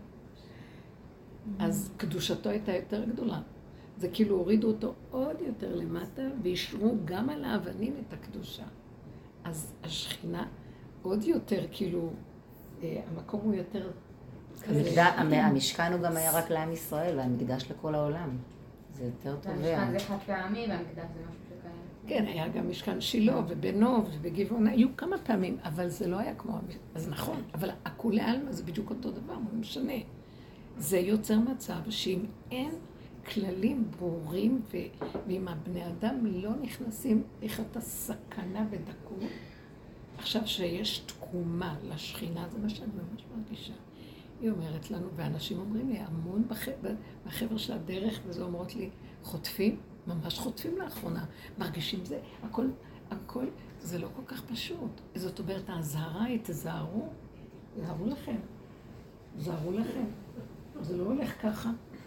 אז קדושתו הייתה יותר גדולה. זה כאילו הורידו אותו עוד יותר למטה, וישרו גם על האבנים את הקדושה. אז השכינה עוד יותר, כאילו, המקום הוא יותר
כזה. המשכן הוא גם היה רק לעם ישראל, והמקדש לכל העולם. זה יותר טובה.
המשכן זה חד פעמי, והמקדש זה משהו שקיים.
כן, היה גם משכן שילה ובנוב ובגבעון, היו כמה פעמים, אבל זה לא היה כמו... אז נכון, אבל הכולי עלמא זה בדיוק אותו דבר, מה משנה. זה יוצר מצב שאם אין כללים ברורים, ו... ואם הבני אדם לא נכנסים, איך אתה סכנה בדקות, עכשיו שיש תקומה לשכינה, זה מה שאני ממש מרגישה. היא אומרת לנו, ואנשים אומרים לי, המון בחבר, בחבר של הדרך, וזה אומרות לי, חוטפים, ממש חוטפים לאחרונה, מרגישים זה, הכל, הכל, זה לא כל כך פשוט. זאת אומרת, ההזהרה היא, תזהרו, תזהרו לכם, תזהרו לכם, זה לא הולך ככה.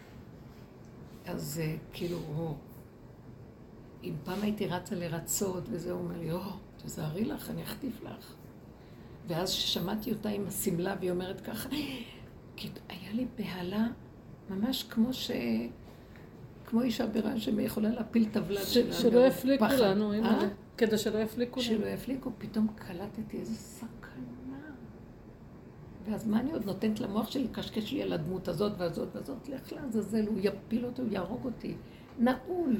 אז כאילו, או, אם פעם הייתי רצה לרצות, וזה אומר לי, או, תזהרי לך, אני אחטיף לך. ואז ששמעתי אותה עם הסמלה, והיא אומרת ככה, כי היה לי בהלה, ממש כמו ש... כמו אישה ברעיון שיכולה להפיל טבלה שלה.
שלא יפליקו לנו, כדי שלא יפליקו לנו.
שלא יפליקו, פתאום קלטתי איזה סכנה. ואז מה אני עוד נותנת למוח שלי, קשקש לי על הדמות הזאת והזאת והזאת, לך לעזאזל, הוא יפיל אותי, הוא יהרוג אותי. נעול.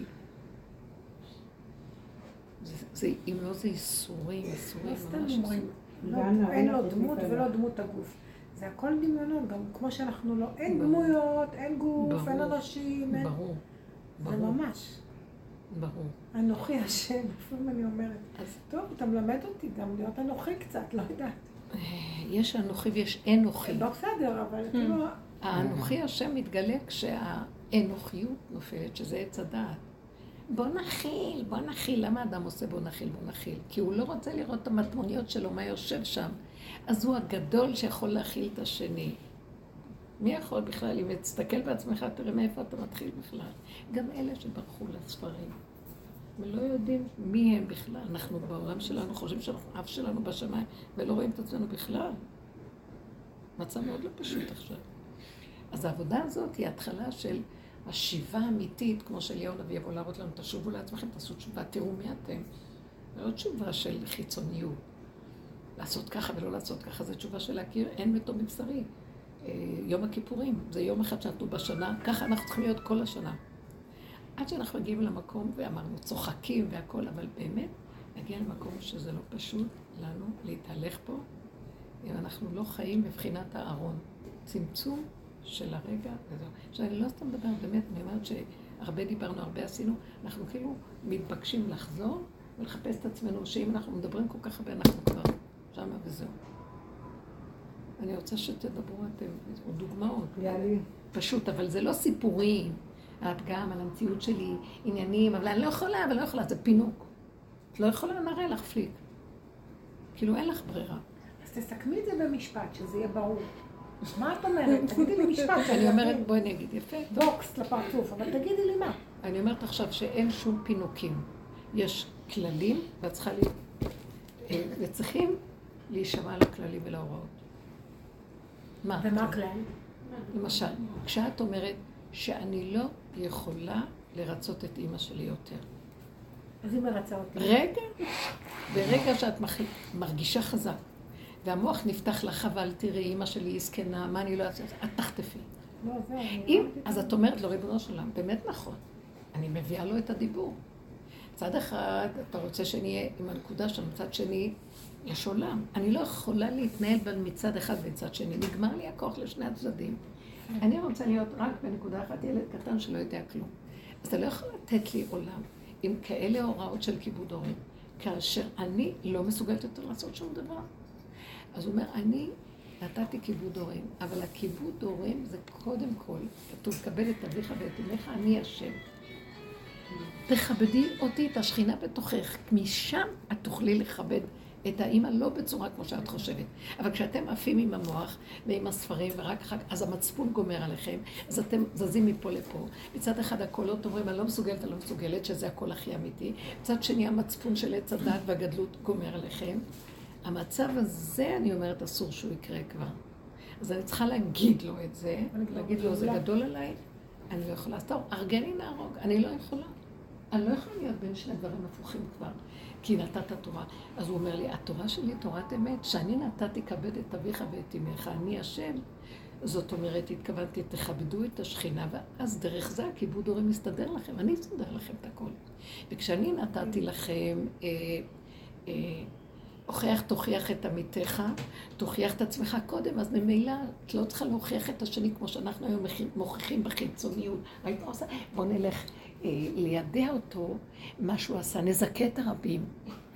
זה, אם לא זה איסורים, איסורים ממש.
לא סתם אומרים, אין לו דמות ולא דמות הגוף. זה הכל דמיונות, גם כמו שאנחנו לא, אין דמויות, אין גוף, אין אנשים, אין...
ברור, ברור.
זה ממש.
ברור.
אנוכי השם, לפעמים אני אומרת. טוב, אתה מלמד אותי גם להיות אנוכי קצת, לא יודעת.
יש אנוכי ויש אנוכי.
לא בסדר, אבל כאילו...
האנוכי השם מתגלה כשהאנוכיות נופלת, שזה עץ הדעת. בוא נכיל, בוא נכיל. למה האדם עושה בוא נכיל, בוא נכיל? כי הוא לא רוצה לראות את המטמוניות שלו, מה יושב שם. אז הוא הגדול שיכול להכיל את השני. מי יכול בכלל? אם תסתכל בעצמך, תראה מאיפה אתה מתחיל בכלל. גם אלה שברחו לספרים. ולא יודעים מי הם בכלל. אנחנו בעולם שלנו חושבים שאנחנו אף שלנו בשמיים, ולא רואים את עצמנו בכלל. מצב מאוד לא פשוט עכשיו. אז העבודה הזאת היא התחלה של השיבה האמיתית, כמו שאליהו הנביא יבוא להראות לנו, תשובו לעצמכם, תעשו תשובה, תראו מי אתם. לא תשובה של חיצוניות. לעשות ככה ולא לעשות ככה, זו תשובה של להכיר, אין מתום מבשרי. יום הכיפורים, זה יום אחד שנתנו בשנה, ככה אנחנו צריכים להיות כל השנה. עד שאנחנו מגיעים למקום, ואמרנו, צוחקים והכל, אבל באמת, נגיע למקום שזה לא פשוט לנו להתהלך פה, אם אנחנו לא חיים בבחינת הארון. צמצום של הרגע וזהו. עכשיו, אני לא סתם מדבר, באמת, אני אומרת שהרבה דיברנו, הרבה עשינו, אנחנו כאילו מתבקשים לחזור ולחפש את עצמנו, שאם אנחנו מדברים כל כך הרבה, אנחנו כבר שמה וזהו. אני רוצה שתדברו אתם, או דוגמאות.
יאללה.
פשוט, אבל זה לא סיפורים, הפגם על המציאות שלי, עניינים, אבל אני לא יכולה, אבל לא יכולה, זה פינוק. את לא יכולה, נראה לך פליק. כאילו אין לך ברירה.
אז תסכמי את זה במשפט, שזה יהיה ברור. מה את אומרת? תגידי לי משפט.
אני אומרת, בואי נגיד, יפה.
בוקס לפרצוף, אבל תגידי לי מה.
אני אומרת עכשיו שאין שום פינוקים. יש כללים, ואת צריכה לי... וצריכים להישמע לכללים ולהוראות. מה?
ומה הכלל?
למשל, כשאת אומרת שאני לא יכולה לרצות את אמא שלי יותר.
אז היא מרצה אותי.
רגע, ברגע שאת מרגישה חזק, והמוח נפתח לך, אבל תראי, אמא שלי היא זקנה, מה אני לא אעשה? את תחטפי.
לא, זהו.
אם, אז את אומרת לו, ריבונו של עולם, באמת נכון, אני מביאה לו את הדיבור. צד אחד, אתה רוצה שאני אהיה עם הנקודה שם, מצד שני, יש עולם. אני לא יכולה להתנהל בין מצד אחד ומצד שני. נגמר לי הכוח לשני הצדדים. אני רוצה להיות רק בנקודה אחת, ילד קטן שלא יודע כלום. אז אתה לא יכול לתת לי עולם עם כאלה הוראות של כיבוד הורים, כאשר אני לא מסוגלת יותר לעשות שום דבר. אז הוא אומר, אני נתתי כיבוד הורים, אבל הכיבוד הורים זה קודם כל, כתוב, קבל את אביך ואת אמך, אני השם. תכבדי אותי, את השכינה בתוכך, משם את תוכלי לכבד את האמא לא בצורה כמו שאת חושבת. אבל כשאתם עפים עם המוח ועם הספרים ורק אחר כך, אז המצפון גומר עליכם, אז אתם זזים מפה לפה. מצד אחד הקולות אומרים, אני לא מסוגלת, אני לא מסוגלת, שזה הקול הכי אמיתי. מצד שני, המצפון של עץ הדת והגדלות גומר עליכם. המצב הזה, אני אומרת, אסור שהוא יקרה כבר. אז אני צריכה להגיד לו את זה, להגיד לו, זה גדול עליי, אני לא יכולה. אז טוב, ארגני נהרוג, אני לא יכולה. אני לא יכולה להיות בין שני דברים הפוכים כבר, כי נתת תורה. אז הוא אומר לי, התורה שלי היא תורת אמת, שאני נתתי כבד את אביך ואת אמך, אני השם. זאת אומרת, התכוונתי, תכבדו את השכינה, ואז דרך זה הכיבוד הורים מסתדר לכם, אני אסתדר לכם את הכל. וכשאני נתתי לכם, אה, אה, הוכיח, תוכיח את עמיתך, תוכיח את עצמך קודם, אז ממילא את לא צריכה להוכיח את השני כמו שאנחנו היום מוכיחים בחיצוניות. היית עושה, בוא נלך אה, לידע אותו, מה שהוא עשה, נזכה את הרבים,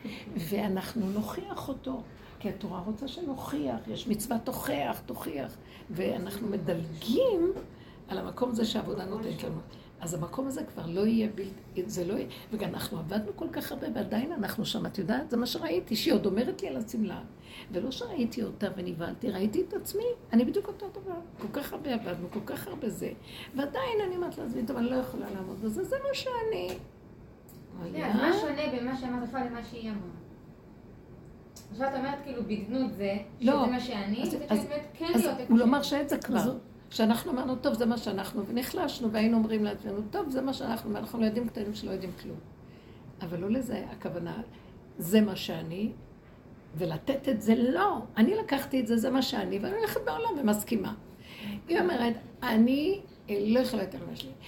ואנחנו נוכיח אותו. כי התורה רוצה שנוכיח, יש מצווה תוכיח, תוכיח, ואנחנו מדלגים על המקום הזה שהעבודה נותנת לנו. אז המקום הזה כבר לא יהיה בלתי, זה לא יהיה, וגם אנחנו עבדנו כל כך הרבה, ועדיין אנחנו שם, את יודעת, זה מה שראיתי, שהיא עוד אומרת לי על הסמלה, ולא שראיתי אותה ונבהלתי, ראיתי את עצמי, אני בדיוק אותו דבר, כל כך הרבה עבדנו, כל כך הרבה זה, ועדיין אני אומרת לעצמי, טוב, אני לא יכולה לעמוד בזה, זה מה שאני.
אז מה שונה במה שאמרת לך למה שהיא אמרה? עכשיו את אומרת כאילו בגנות זה, שזה מה שאני, זה שבאמת כן להיות...
הוא לא מרשה את זה כבר. שאנחנו אמרנו, טוב, זה מה שאנחנו, ונחלשנו, והיינו אומרים לעצמנו, טוב, זה מה שאנחנו, ואנחנו לא יודעים קטנים שלא יודעים כלום. אבל לא לזה הכוונה, זה מה שאני, ולתת את זה לא. אני לקחתי את זה, זה מה שאני, ואני הולכת בעולם ומסכימה. היא אומרת, אני לא יכולה יותר מה שלי,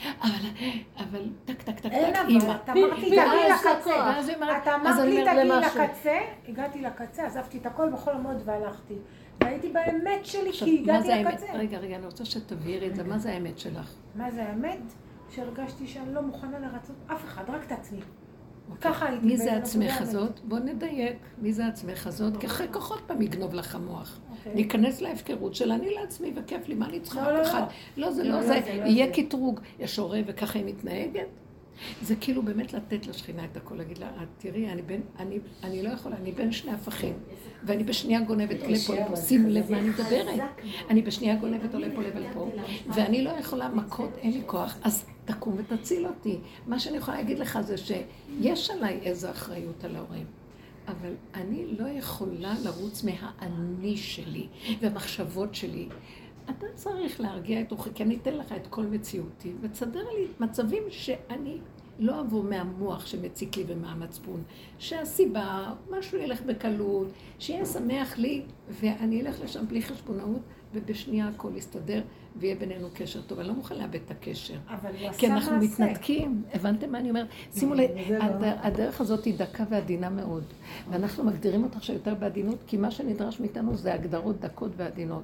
אבל טק, טק, טק, טק,
אימא. אתה אמרתי, תגיעי לקצה. אתה אמרתי, תגיעי לקצה, הגעתי לקצה, עזבתי את הכל בכל המוד והלכתי. והייתי באמת שלי, כי הגעתי לקצה.
רגע, רגע, אני רוצה שתבהירי את זה. מה זה האמת שלך?
מה זה האמת? שהרגשתי שאני לא מוכנה לרצות אף אחד, רק את עצמי. ככה הייתי.
מי זה עצמך הזאת? בוא נדייק. מי זה עצמך הזאת? כי אחרי כך עוד פעם יגנוב לך המוח. ניכנס להפקרות של אני לעצמי וכיף לי, מה אני צריכה אף אחד? לא, זה לא זה. יהיה קטרוג. יש הורה וככה היא מתנהגת. זה כאילו באמת לתת לשכינה את הכל, להגיד לה, תראי, אני, בין, אני, אני לא יכולה, אני בין שני הפכים, ואני בשנייה גונבת עולה פה לפה, שימו לב מה אני מדברת, אני בשנייה גונבת עולה פה לפה, ואני לא יכולה מכות, אין לי כוח, אז תקום ותציל אותי. מה שאני יכולה להגיד לך זה שיש עליי איזו אחריות על ההורים, אבל אני לא יכולה לרוץ מהאני שלי והמחשבות שלי. אתה צריך להרגיע את אוכי, כי אני אתן לך את כל מציאותי, ותסדר לי מצבים שאני לא אבוא מהמוח שמציק לי ומהמצפון, שהסיבה, משהו ילך בקלות, שיהיה שמח לי, ואני אלך לשם בלי חשבונאות, ובשנייה הכל יסתדר, ויהיה בינינו קשר טוב. אני לא מוכן לאבד את הקשר. כי אנחנו מתנתקים. הבנתם מה אני אומרת? שימו לב, הדרך הזאת היא דקה ועדינה מאוד. ואנחנו מגדירים אותך שיותר בעדינות, כי מה שנדרש מאיתנו זה הגדרות דקות ועדינות.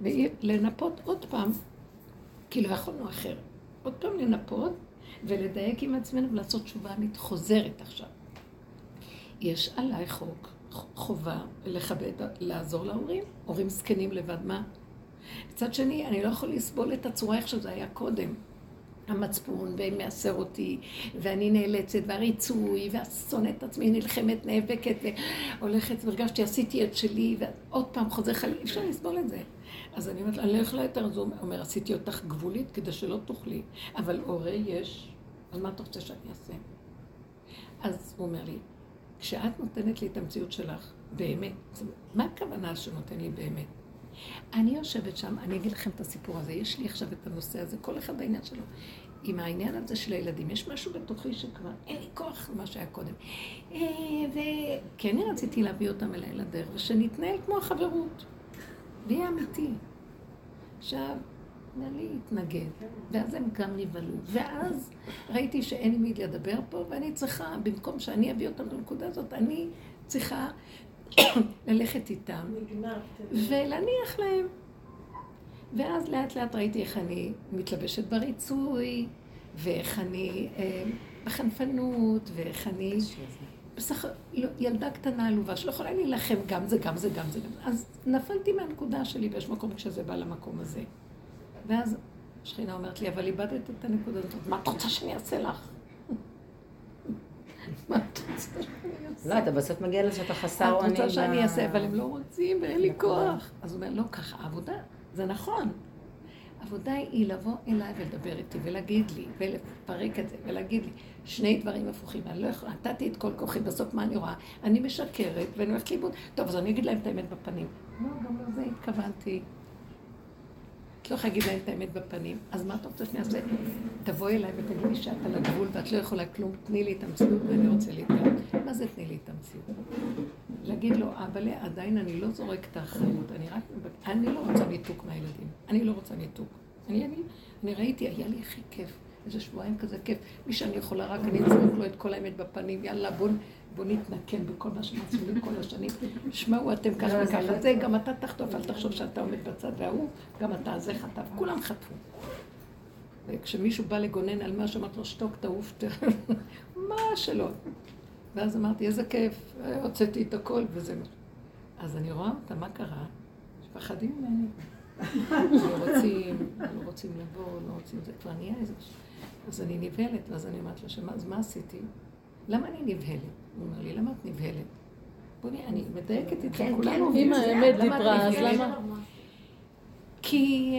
ולנפות עוד פעם, כי לא יכולנו אחר. עוד פעם לנפות, ולדייק עם עצמנו ולעשות תשובה אמיתית חוזרת עכשיו. יש עליי חוק, חובה לכבד, לעזור להורים, הורים זקנים לבד, מה? מצד שני, אני לא יכול לסבול את הצורה איך שזה היה קודם. המצפון, והם מאסר אותי, ואני נאלצת, והריצוי, והשונאת את עצמי, נלחמת, נאבקת, והולכת, והרגשתי, עשיתי את שלי, ועוד פעם חוזר חלילה, אי אפשר לסבול את זה. אז אני אומרת, אני לא יכולה יותר, אז הוא אומר, עשיתי אותך גבולית כדי שלא תוכלי, אבל הורה יש, אז מה אתה רוצה שאני אעשה? אז הוא אומר לי, כשאת נותנת לי את המציאות שלך, באמת, מה הכוונה שנותן לי באמת? אני יושבת שם, אני אגיד לכם את הסיפור הזה, יש לי עכשיו את הנושא הזה, כל אחד בעניין שלו. עם העניין הזה של הילדים, יש משהו בתוכי שכבר אין לי כוח למה שהיה קודם. וכן, אני רציתי להביא אותם אליי לדרך, ושנתנהל כמו החברות. ויהיה אמיתי. עכשיו, אני התנגד, ואז הם גם נבלו. ואז ראיתי שאין לי מי לדבר פה, ואני צריכה, במקום שאני אביא אותם לנקודה הזאת, אני צריכה ללכת איתם ולהניח להם. ואז לאט לאט ראיתי איך אני מתלבשת בריצוי, ואיך אני אה, בחנפנות, ואיך אני בסך, ילדה קטנה עלובה שלא יכולה להילחם גם זה, גם זה, גם זה. אז נפלתי מהנקודה שלי ויש מקום כשזה בא למקום הזה. ואז שכינה אומרת לי, אבל איבדת את הנקודה הזאת, מה את רוצה שאני אעשה לך? מה את רוצה שאני אעשה?
לא, אתה בסוף מגיע לזה שאתה חסר אונים.
את רוצה שאני אעשה, אבל הם לא רוצים ואין לי כוח. אז הוא אומר, לא ככה, עבודה, זה נכון. עבודה היא לבוא אליי ולדבר איתי ולהגיד לי, ולפרק את זה, ולהגיד לי, שני דברים הפוכים. אני לא יכולה, נתתי את כל כוחי, בסוף מה אני רואה? אני משקרת ואני הולכת לאיבוד. טוב, אז אני אגיד להם את האמת בפנים. לא, גם לזה התכוונתי. את לא יכולה להגיד להם את האמת בפנים. אז מה אתה רוצה שאני אעשה? תבואי אליי ותגידי שאת על הגבול ואת לא יכולה כלום, תני לי את המציאות ואני רוצה להתקדם. מה זה תני לי את המציאות? להגיד לו, אבל עדיין אני לא זורק את האחריות, אני רק, אני לא רוצה ניתוק מהילדים, אני לא רוצה ניתוק. אני, אני, אני ראיתי, היה לי הכי כיף, איזה שבועיים כזה כיף, מי שאני יכולה רק, אני אצרוק לו את כל האמת בפנים, יאללה, בוא, בוא נתנקם בכל מה שמעצים לי כל השנים. שמעו, אתם ככה וככה, זה גם אתה תחטוף, אל תחשוב שאתה עומד בצד, והוא, גם אתה, זה חטף, כולם חטפו. וכשמישהו בא לגונן על מה שאמרת לו, שתוק, תעוף, מה שלא. ואז אמרתי, איזה כיף, הוצאתי את הכל וזה. אז אני רואה אותה, מה קרה? שפחדים ממני. לא רוצים, לא רוצים לבוא, לא רוצים, זה כבר נהיה איזה... אז אני נבהלת, ואז אני אמרת לה, אז מה עשיתי? למה אני נבהלת? הוא אומר לי, למה את נבהלת? בואי, אני מדייקת איתך, כולנו...
אם האמת דיברה, אז למה?
כי...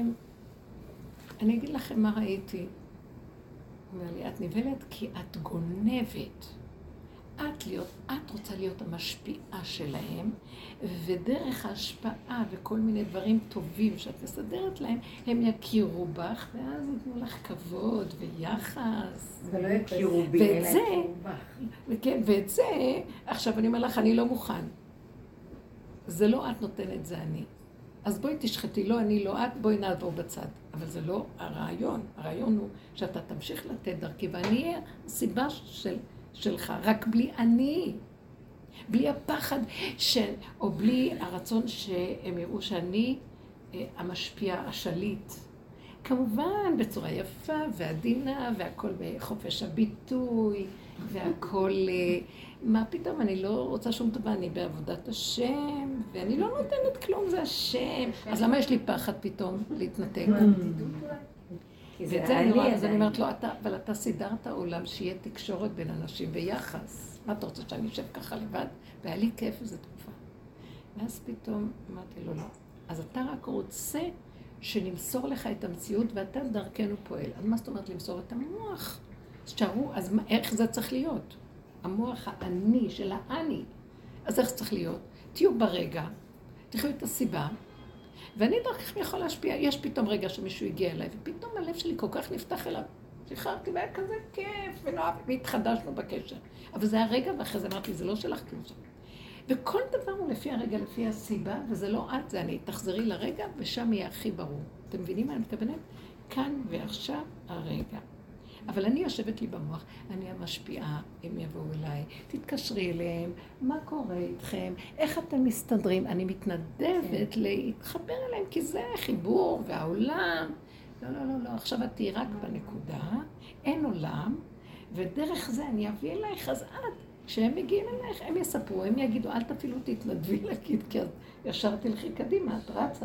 אני אגיד לכם מה ראיתי. הוא אומר לי, את נבהלת כי את גונבת. את, להיות, את רוצה להיות המשפיעה שלהם, ודרך ההשפעה וכל מיני דברים טובים שאת מסדרת להם, הם יכירו בך, ואז ייתנו לך כבוד ויחס.
ולא יכירו בי, אלא יכירו בך.
כן, ואת זה, עכשיו אני אומר לך, אני לא מוכן. זה לא את נותנת, זה אני. אז בואי תשחטי, לא אני, לא את, בואי נעבור בצד. אבל זה לא הרעיון. הרעיון הוא שאתה תמשיך לתת דרכי, ואני אהיה הסיבה של... שלך, רק בלי אני, בלי הפחד, ש... או בלי הרצון שהם יראו שאני המשפיע השליט. כמובן, בצורה יפה ועדינה, והכל בחופש הביטוי, והכל... מה פתאום, אני לא רוצה שום דבר, אני בעבודת השם, ואני לא נותנת כלום, זה השם. אז למה יש לי פחד פתאום להתנתק? ואת זה אני רואה, אז אני אומרת לו, אבל אתה סידרת עולם שיהיה תקשורת בין אנשים ויחס. מה אתה רוצה שאני אשב ככה לבד? והיה לי כיף איזו תקופה. ואז פתאום אמרתי לו, לא. אז אתה רק רוצה שנמסור לך את המציאות ואתה דרכנו פועל. אז מה זאת אומרת למסור את המוח? אז תשארו, אז מה, איך זה צריך להיות? המוח האני של האני. אז איך זה צריך להיות? תהיו ברגע, תחיו את הסיבה, ואני דרככם יכול להשפיע. יש פתאום רגע שמישהו הגיע אליי, ופתאום הלב שלי כל כך נפתח אליו. שחררתי, והיה כזה כיף, ונאהב, והתחדשנו בקשר. אבל זה הרגע, ואחרי זה אמרתי, זה לא שלך כלום שם. וכל דבר הוא לפי הרגע, לפי הסיבה, וזה לא את, זה אני. תחזרי לרגע, ושם יהיה הכי ברור. אתם מבינים מה אני מתכוונת? כאן ועכשיו הרגע. אבל אני יושבת לי במוח, אני המשפיעה, הם יבואו אליי, תתקשרי אליהם, מה קורה איתכם, איך אתם מסתדרים, אני מתנדבת להתחבר אליהם, כי זה החיבור והעולם. לא, לא, לא, לא, עכשיו את תהיי רק בנקודה, אין עולם, ודרך זה אני אביא אלייך, אז את, כשהם מגיעים אלייך, הם יספרו, הם יגידו, אל תפילו תתנדבי להגיד, כי ישר תלכי קדימה, את רצה.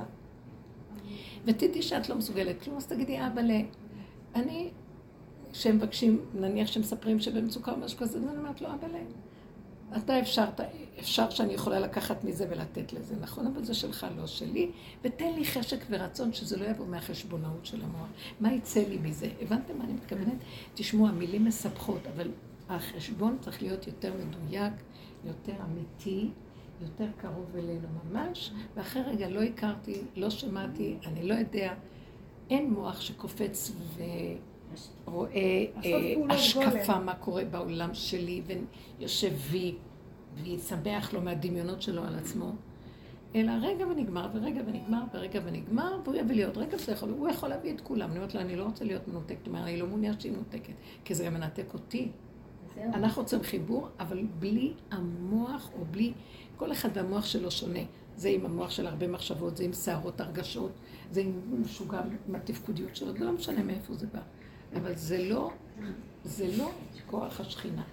ותדעי שאת לא מסוגלת כלום, אז תגידי, אבל אני... שהם מבקשים, נניח שהם מספרים שבמצוקה או משהו כזה, ואני אומרת לו, אבל אתה אפשר, אפשר שאני יכולה לקחת מזה ולתת לזה, נכון? אבל זה שלך, לא שלי, ותן לי חשק ורצון שזה לא יבוא מהחשבונאות של המוח. מה יצא לי מזה? הבנתם מה אני מתכוונת? תשמעו, המילים מספחות, אבל החשבון צריך להיות יותר מדויק, יותר אמיתי, יותר קרוב אלינו ממש, ואחרי רגע לא הכרתי, לא שמעתי, אני לא יודע, אין מוח שקופץ ו... רואה השקפה מה קורה בעולם שלי ויושב וי וישמח לו מהדמיונות שלו על עצמו, אלא רגע ונגמר ורגע ונגמר ורגע ונגמר והוא יביא לי עוד רגע וזה יכול, הוא יכול להביא את כולם. אני אומרת לה, אני לא רוצה להיות מנותקת, אני לא מעוניין שהיא מנותקת, כי זה גם מנתק אותי. אנחנו רוצים חיבור, אבל בלי המוח או בלי, כל אחד והמוח שלו שונה. זה עם המוח של הרבה מחשבות, זה עם שערות הרגשות, זה עם משוגע עם התפקודיות שלו, זה לא משנה מאיפה זה בא. אבל זה לא, זה לא כוח השכינה.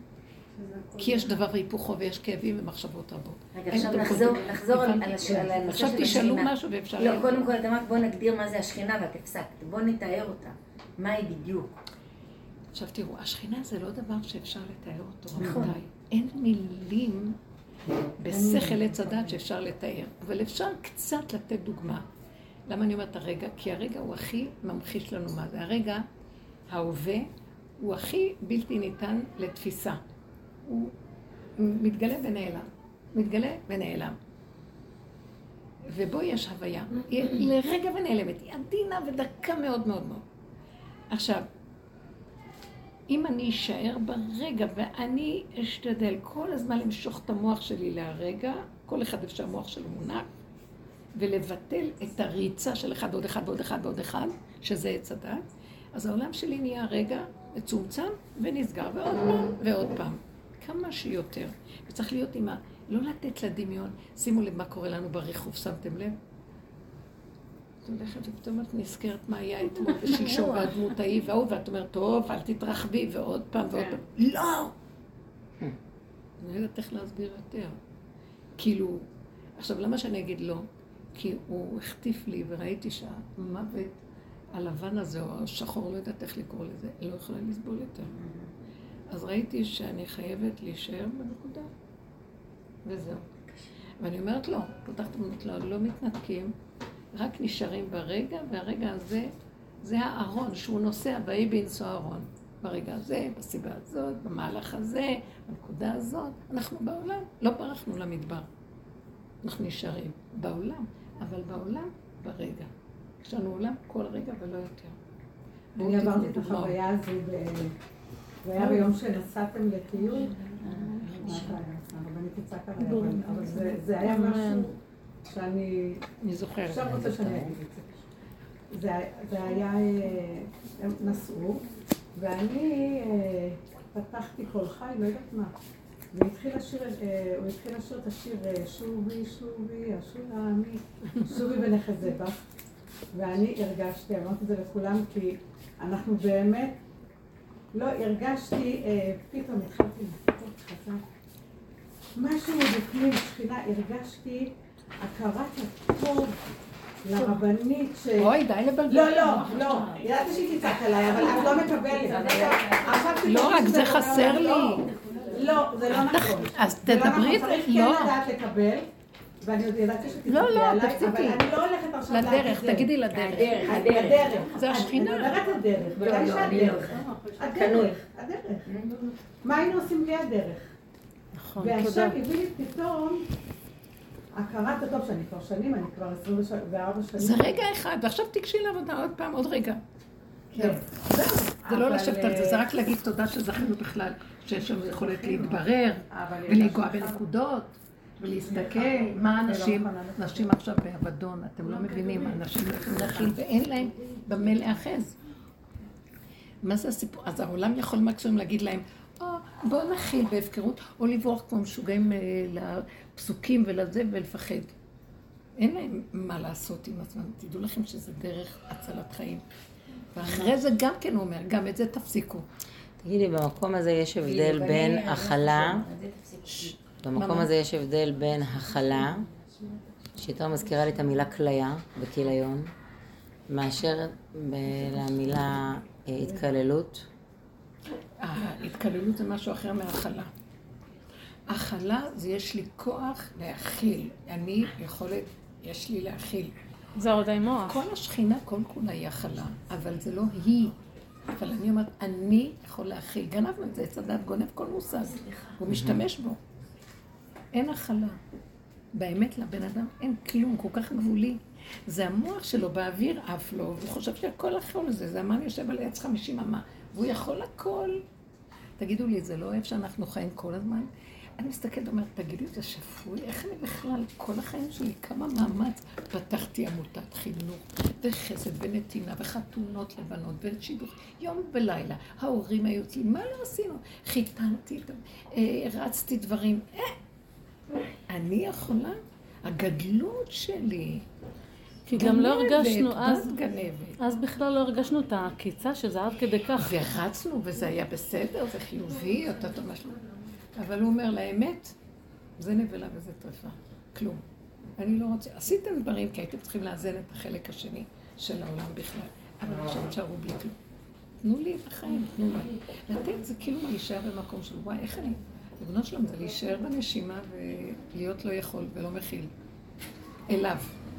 כי יש דבר והיפוכו ויש כאבים ומחשבות רבות.
רגע, עכשיו נחזור, נחזור על הנושא של השכינה.
עכשיו תשאלו משהו ואפשר...
לא, קודם כל, את אמרת, בוא נגדיר מה זה השכינה ואת הפסקת. בוא נתאר אותה. מה היא בדיוק?
עכשיו תראו, השכינה זה לא דבר שאפשר לתאר אותו, רבותיי. אין מילים בשכל עץ הדת שאפשר לתאר, אבל אפשר קצת לתת דוגמה. למה אני אומרת הרגע? כי הרגע הוא הכי ממחיש לנו מה זה. הרגע, ההווה, הוא הכי בלתי ניתן לתפיסה. הוא מתגלה ונעלם. מתגלה ונעלם. ובו יש הוויה. היא לרגע ונעלמת, היא עדינה ודקה מאוד מאוד מאוד. עכשיו, אם אני אשאר ברגע ואני אשתדל כל הזמן למשוך את המוח שלי להרגע, כל אחד אפשר המוח שלו מונח, ולבטל את הריצה של אחד ועוד אחד ועוד אחד ועוד אחד, שזה עץ הדת, אז העולם שלי נהיה רגע מצומצם ונסגר, ועוד פעם ועוד פעם. כמה שיותר. וצריך להיות עם ה... לא לתת לדמיון. שימו לב מה קורה לנו בריחוף, שמתם לב? את הולכת ופתאום את נזכרת מה היה אתמול ושלשום והדמות ההיא והוא, ואת אומרת, טוב, אל תתרחבי, ועוד פעם ועוד פעם. לא! אני לא יודעת איך להסביר יותר. כאילו, עכשיו, למה שאני אגיד לא? כי הוא החטיף לי וראיתי שהמוות הלבן הזה, או השחור, לא יודעת איך לקרוא לזה, לא יכולה לסבול יותר. אז ראיתי שאני חייבת להישאר בנקודה. וזהו. ואני אומרת לא, פותחת אומרת לא, לא מתנתקים, רק נשארים ברגע, והרגע הזה, זה הארון שהוא נוסע, והיא בנסוע הארון. ברגע הזה, בסיבה הזאת, במהלך הזה, בנקודה הזאת, אנחנו בעולם, לא ברחנו למדבר. אנחנו נשארים בעולם, אבל בעולם ברגע. יש לנו עולם כל רגע ולא יותר.
אני עברתי את החוויה הזו, זה היה ביום שנסעתם לטיול, הרבנית תצעק עליי, אבל זה היה משהו שאני...
אני זוכרת.
עכשיו רוצה שאני אגיד את זה. זה היה... הם נסעו, ואני פתחתי קול חי, לא יודעת מה. והתחיל לשיר, הוא התחיל לשיר את השיר שובי, שובי, השולמי, שובי ונחזה בך. ואני הרגשתי, אמרתי את זה לכולם, כי אנחנו באמת, לא הרגשתי, פתאום התחלתי לפתות חזק. משהו מבפנים, שכינה, הרגשתי הכרת הטוב לרבנית ש...
אוי, די לבלבל.
לא, לא, לא, ידעתי שהיא תצעק עליי, אבל את לא מקבלת.
לא, רק זה חסר לי.
לא, זה לא נכון.
אז תדברי את זה,
צריך כן לדעת לקבל, ואני עוד ידעתי שתתקבל עליי, אבל אני לא הולכת עכשיו להגיד את זה.
לדרך, תגידי לדרך.
הדרך.
זה השכינה.
אני מדברת הדרך, ודאי שהדרך. הדרך, הדרך. מה היינו עושים בלי הדרך?
נכון,
ועכשיו הביא לי פתאום הכרת הטוב, שאני כבר שנים, אני כבר עשרים וארבע שנים.
זה רגע אחד, ועכשיו תקשי לעבודה עוד פעם, עוד רגע. זהו. זה לא לשבת על זה, זה רק להגיד תודה שזכינו בכלל, שיש לנו יכולת להתברר, ולהיגוע בנקודות, ולהסתכל, מה אנשים, נשים עכשיו באבדון, אתם לא מבינים, אנשים לא יכולים להכיל, ואין להם במה להאחז. מה זה הסיפור? אז העולם יכול מקסימום להגיד להם, בואו נכיל בהפקרות, או לברוח כמו משוגעים לפסוקים ולזה ולפחד. אין להם מה לעשות עם הזמן. תדעו לכם שזה דרך הצלת חיים. ואחרי זה גם כן הוא אומר, גם את זה תפסיקו.
תגידי, במקום הזה יש הבדל בין הכלה, במקום הזה יש הבדל בין הכלה, שיותר מזכירה לי את המילה כליה בכיליון, מאשר למילה התקללות.
ההתקללות זה משהו אחר מהאכלה. אכלה זה יש לי כוח להכיל. אני יכולת, יש לי להכיל.
זה עוד עם מוח.
כל השכינה, כל כולה היא אכלה, אבל זה לא היא. אבל אני אומרת, אני יכול להכיל. גנבנו את זה, צדד גונב כל מושג. הוא משתמש בו. אין אכלה. באמת לבן אדם אין כלום, כל כך גבולי. זה המוח שלו באוויר עף לו, והוא חושב שהכל יכול לזה. זה המן יושב על עץ חמישים אמה. והוא יכול הכל. תגידו לי, זה לא אוהב שאנחנו חיים כל הזמן? אני מסתכלת ואומרת, תגידי, זה שפוי? איך אני בכלל, כל החיים שלי, כמה מאמץ, פתחתי עמותת חינוך, וחסד ונתינה, וחתונות לבנות, ושידוך, יום ולילה. ההורים היו אצלי, מה לא עשינו? חיתנתי, הרצתי דברים. אה, אני יכולה? הגדלות שלי.
כי גם לא הרגשנו אז,
גנבת.
אז בכלל לא הרגשנו את הקיצה שזה עד כדי כך.
ורצנו וזה היה בסדר, זה חיובי, אותה טובה שלנו. אבל הוא אומר לאמת, זה נבלה וזה טרפה, כלום. אני לא רוצה, עשיתם דברים כי הייתם צריכים לאזן את החלק השני של העולם בכלל, אבל עכשיו תשארו בלי כלום. תנו לי את החיים, תנו לי. לתת זה כאילו להישאר במקום של וואי, איך אני? לבנות שלום זה להישאר בנשימה ולהיות לא יכול ולא מכיל. אליו.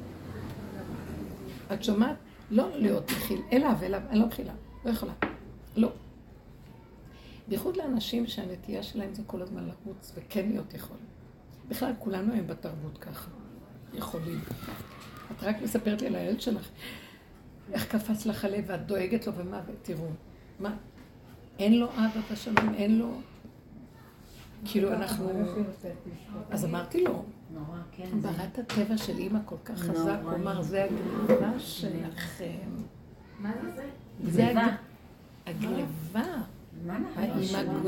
את שומעת? לא להיות מכיל, אליו, אליו, אני לא מכילה, לא יכולה. לא. בייחוד לאנשים שהנטייה שלהם זה כל הזמן לרוץ וכן להיות יכול. בכלל כולנו הם בתרבות ככה. יכולים. את רק מספרת לי על הילד שלך, איך קפץ לך הלב ואת דואגת לו ומה, ותראו, מה? אין לו אבא בשמים, אין לו... כאילו אנחנו... אז אמרתי לו, בראת הטבע של אימא כל כך חזק, הוא אמר, זה הגניבה שלכם.
מה זה?
זה הגניבה.
מה נכון?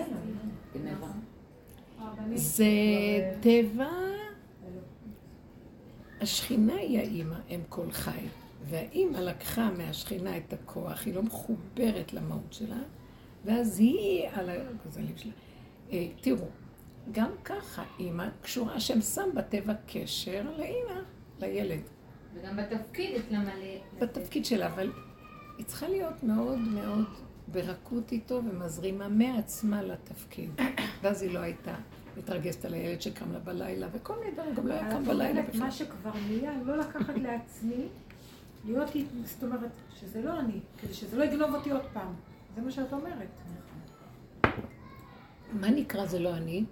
זה טבע, השכינה היא האימא, אם כל חי, והאימא לקחה מהשכינה את הכוח, היא לא מחוברת למהות שלה, ואז היא על הגזלים שלה. אה, תראו, גם ככה אימא קשורה, השם שם בטבע קשר לאימא, לילד.
וגם בתפקיד אצלה מלא.
בתפקיד שלה, אבל היא צריכה להיות מאוד מאוד ברכות איתו ומזרימה מעצמה לתפקיד. ואז היא לא הייתה מתרגשת על הילד שקם לה בלילה, וכל מיני דברים, גם לא היה קם בלילה בכלל.
מה שכבר נהיה, לא לקחת לעצמי, להיות, זאת אומרת, שזה לא אני, כדי שזה לא יגנוב אותי עוד פעם. זה מה שאת אומרת.
מה נקרא זה לא אני?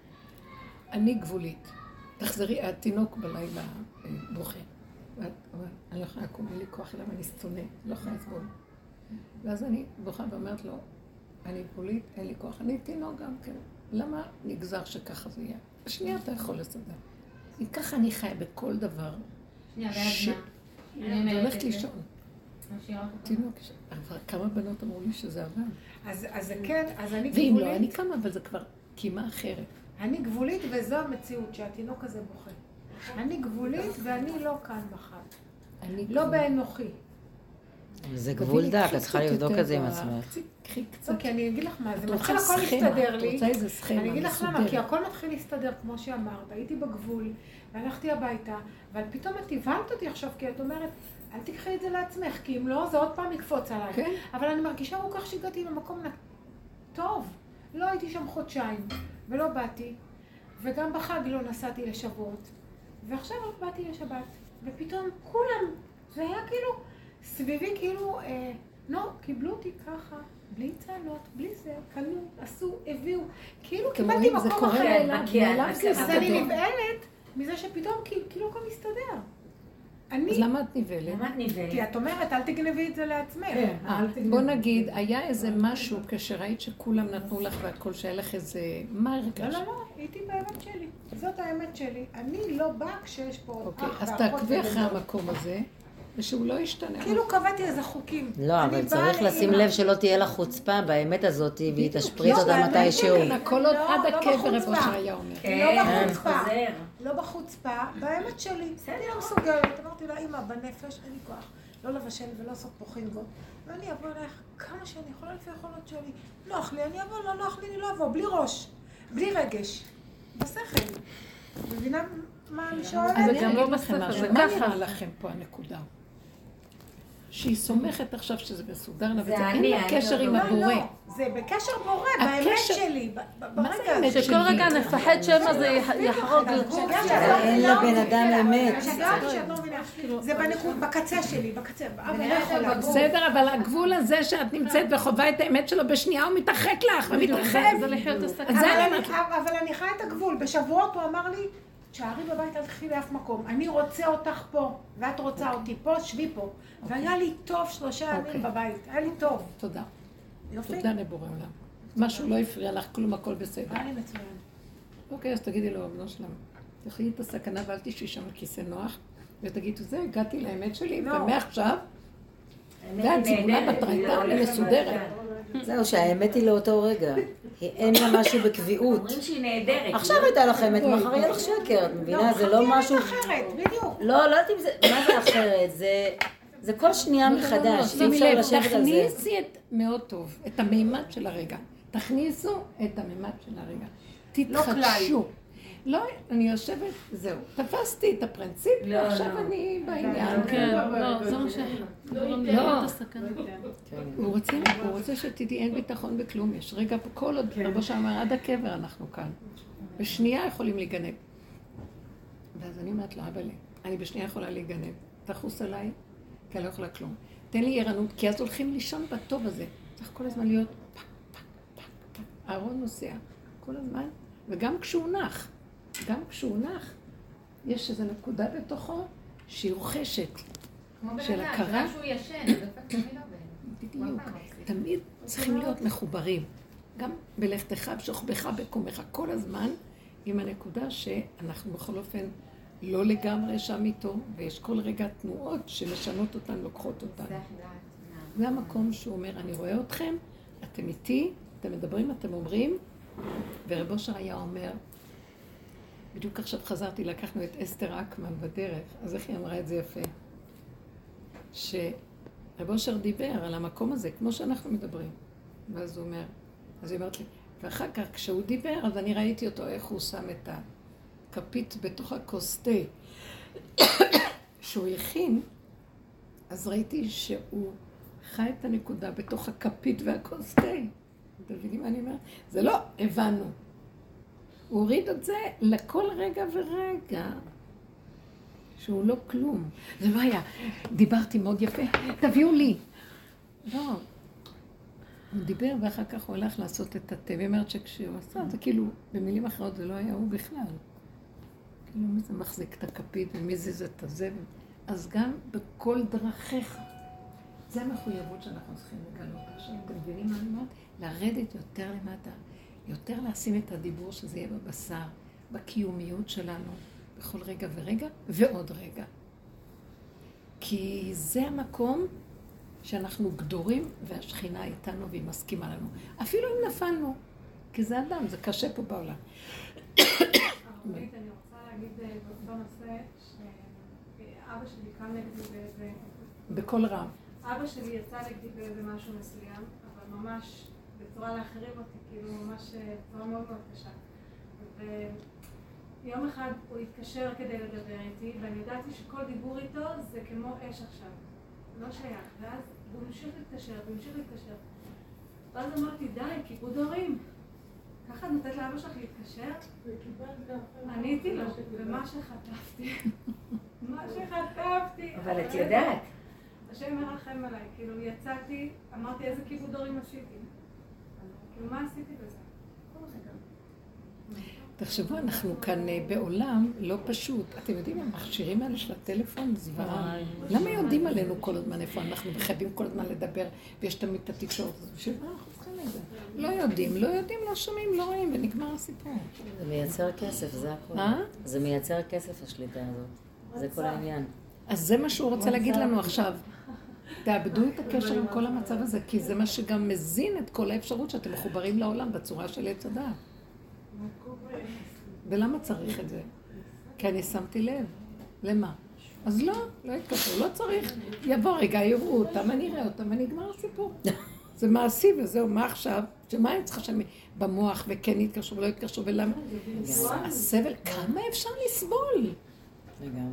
אני גבולית. תחזרי, התינוק בלילה בוכה. אני לא יכולה לקום, אין לי כוח אליו, אני שונא, לא יכולה לסבול. ואז אני בוכה ואומרת לו, אני גבולית, אין לי כוח, אני תינוק גם כן. למה נגזר שככה זה יהיה? בשנייה אתה יכול לסדר. אם ככה אני חיה בכל דבר.
שנייה, ואז מה?
אני הולכת לישון. תינוק, אבל כמה בנות אמרו לי שזה עבד.
אז זה כן, אז אני גבולית.
ואם לא, אני קמה, אבל זה כבר קימה אחרת.
אני גבולית וזו המציאות שהתינוק הזה בוכה. אני גבולית ואני לא כאן בחג. לא באנוכי.
זה גבול דק, את צריכה לבדוק את זה עם עצמך.
קחי קצת.
אוקיי, אני אגיד לך מה, זה מתחיל הכל להסתדר לי.
את רוצה איזה סכמה
אני אגיד לך למה, כי
מסודרת.
הכל מתחיל להסתדר, כמו שאמרת. הייתי בגבול, והלכתי הביתה, אבל פתאום את הבנת אותי עכשיו, כי את אומרת, אל תקחי את זה לעצמך, כי אם לא, זה עוד פעם יקפוץ עליי.
כן.
אבל אני מרגישה כל כך שהגעתי למקום טוב. לא הייתי שם חודשיים, ולא באתי, וגם בחג לא נסעתי לשבועות. ועכשיו רק באתי לשבת, ופתאום כולם, זה היה כאילו, סביבי כאילו, אה, לא, קיבלו אותי ככה, בלי צענות, בלי זה, קנו, עשו, הביאו, כאילו קיבלתי מקום אחר. אז אני נבהלת מזה שפתאום כאילו הכל מסתדר.
אז למה את נבהלת?
למה את נבהלת?
כי את אומרת, אל תגנבי את זה לעצמך.
בוא נגיד, היה איזה משהו כשראית שכולם נתנו לך והכל שהיה לך איזה... מה הרגשת?
לא, לא, לא, הייתי באמת שלי. זאת האמת שלי. אני לא באה כשיש פה עוד
אוקיי, אז תעקבי אחרי המקום הזה, ושהוא לא ישתנה.
כאילו קבעתי איזה חוקים.
לא, אבל צריך לשים לב שלא תהיה לך חוצפה באמת הזאת, והיא תשפריץ אותה מתישהו.
הכל עוד עד הקבר, איפה שהיה אומר.
לא בחוצפה. לא בחוצפה, באמת שלי. אני לא מסוגלת. אמרתי לה, אמא, בנפש אין לי כוח. לא לבשל ולא לעשות פה חינגות. ואני אבוא אליך כמה שאני יכולה לפי יכולות שלי. נוח לי, אני אבוא, לא נוח לי, אני לא אבוא. בלי ראש. בלי רגש. בשכל. מבינה מה אני שואלת?
זה גם לא בשכל, זה
מה
ככה.
נראה לכם פה הנקודה? שהיא סומכת עכשיו שזה מסודר לה, וזה אין לה קשר עם
לא,
הבורא.
לא, זה בקשר בורא, באמת שלי.
מה זה האמת שלי?
שכל רגע נפחד שמא זה יחרוג לגוף.
אין לבן אדם אמת.
זה בקצה שלי, בקצה. אבל לא יכולה.
בסדר, אבל הגבול הזה שאת נמצאת וחובה את האמת שלו בשנייה, הוא מתרחק לך ומתרחב.
זה לחיות את הסכנה.
אבל אני חיה את הגבול. בשבועות הוא אמר לי, שערי בבית, אל תלכי לאף מקום. אני רוצה אותך פה, ואת רוצה אותי פה, שבי פה. והיה לי טוב שלושה ימים בבית. היה לי טוב.
תודה.
יופי.
תודה לבורא עולם. משהו לא הפריע לך, כלום, הכל בסדר.
היה לי מצוין.
אוקיי, אז תגידי לו, בנו שלנו, תחי את הסכנה ואל תשבי שם על כיסא נוח, ותגידו, זה, הגעתי לאמת שלי, ומעכשיו, והציבולה בתריתה מסודרת.
זהו, שהאמת היא לאותו רגע. אין לה משהו בקביעות.
אומרים שהיא נהדרת.
עכשיו הייתה לך אמת, מחר יהיה לך שקר, את מבינה? זה לא משהו...
אחרת, בדיוק.
לא, לא יודעת אם זה... מה זה אחרת? זה כל שנייה מחדש, אי אפשר לשבת על זה.
תכניסי את מאוד טוב, את המימד של הרגע. תכניסו את המימד של הרגע. תתחדשו. לא, אני יושבת, זהו. תפסתי את הפרינציפ, ועכשיו אני בעניין.
כן, לא, זה מה ש...
לא. הוא רוצה שתדעי, אין ביטחון בכלום. יש רגע, כל עוד, רבו שאמר, עד הקבר אנחנו כאן. בשנייה יכולים להיגנב. ואז אני אומרת לו, אבא לי, אני בשנייה יכולה להיגנב. תחוס עליי, כי אני לא יכולה כלום. תן לי ערנות, כי אז הולכים לישון בטוב הזה. צריך כל הזמן להיות פק, פק, פק, פק. הארון נוסע. כל הזמן. וגם כשהוא נח. גם כשהוא נח, יש איזו נקודה בתוכו שהיא רוכשת.
כמו בן
של
אדם,
הכרה.
שהוא ישן, הדופק תמיד עובד.
בדיוק. תמיד צריכים להיות מחוברים. גם בלכתך, בשוכבך, בקומך, כל הזמן, עם הנקודה שאנחנו בכל אופן לא לגמרי שם איתו, ויש כל רגע תנועות שמשנות אותן, לוקחות אותן. זה המקום שהוא אומר, אני רואה אתכם, אתם איתי, אתם מדברים, אתם אומרים, ורב אושר היה אומר, בדיוק עכשיו חזרתי, לקחנו את אסתר אקמן בדרך, אז איך היא אמרה את זה יפה? שרב אושר דיבר על המקום הזה, כמו שאנחנו מדברים. ואז הוא אומר, אז היא אומרת לי, ואחר כך כשהוא דיבר, אז אני ראיתי אותו, איך הוא שם את הכפית בתוך הכוס תה. שהוא הכין, אז ראיתי שהוא חי את הנקודה בתוך הכפית והכוס תה. אתם מבינים מה אני אומרת? זה לא, הבנו. הוא הוריד את זה לכל רגע ורגע. שהוא לא כלום. זה לא היה. דיברתי מאוד יפה, תביאו לי. לא. הוא דיבר ואחר כך הוא הלך לעשות את התה. והיא אומרת שכשהוא עשה, זה כאילו, במילים אחרות זה לא היה הוא בכלל. כאילו מי זה מחזיק את הכפית ומי זה זה את הזה. אז גם בכל דרכיך. זה המחויבות שאנחנו צריכים לגלות. עכשיו, אתם מבינים מה אני אומרת? לרדת יותר למטה. יותר לשים את הדיבור שזה יהיה בבשר, בקיומיות שלנו, בכל רגע ורגע, ועוד רגע. כי זה המקום שאנחנו גדורים והשכינה איתנו והיא מסכימה לנו. אפילו אם נפלנו, כי זה אדם, זה קשה פה בעולם.
אני רוצה להגיד באותו נושא, שאבא שלי קם נגדי באיזה...
בכל רם.
אבא שלי יצא נגדי באיזה משהו מסוים, אבל ממש בצורה להחריב אותי, כאילו ממש בצורה מאוד מאוד קשה. ויום אחד הוא התקשר כדי לדבר איתי, ואני ידעתי שכל דיבור איתו זה כמו אש עכשיו. לא שייך. ואז הוא המשיך להתקשר, הוא המשיך להתקשר. ואז אמרתי, די, כיבוד הורים. ככה נותנת לאבא שלך להתקשר? עניתי לו, ומה שחטפתי. מה שחטפתי.
אבל את יודעת.
השם מרחם עליי, כאילו יצאתי, אמרתי איזה כיבוד הורים עשיתי. כאילו מה עשיתי בזה?
תחשבו, אנחנו כאן בעולם לא פשוט. אתם יודעים, המכשירים האלה של הטלפון זוועה. למה יודעים עלינו כל הזמן איפה אנחנו חייבים כל הזמן לדבר ויש תמיד את התקשורת? בשביל מה אנחנו צריכים לזה? לא יודעים, לא יודעים, לא שומעים, לא רואים ונגמר הסיפור.
זה מייצר כסף, זה הכל. זה מייצר כסף השליטה הזאת. זה כל העניין.
אז זה מה שהוא רוצה להגיד לנו עכשיו. תאבדו את הקשר עם כל המצב הזה, כי זה מה שגם מזין את כל האפשרות שאתם מחוברים לעולם בצורה של עץ הדעת. ולמה צריך את זה? כי אני שמתי לב. למה? אז לא, לא יתקשרו, לא צריך. יבוא רגע, יראו אותם, אני אראה אותם, ונגמר הסיפור. זה מעשי וזהו, מה עכשיו? שמה הם צריכה שם במוח, וכן יתקשרו ולא יתקשרו, ולמה? הסבל, כמה אפשר לסבול?
לגמרי.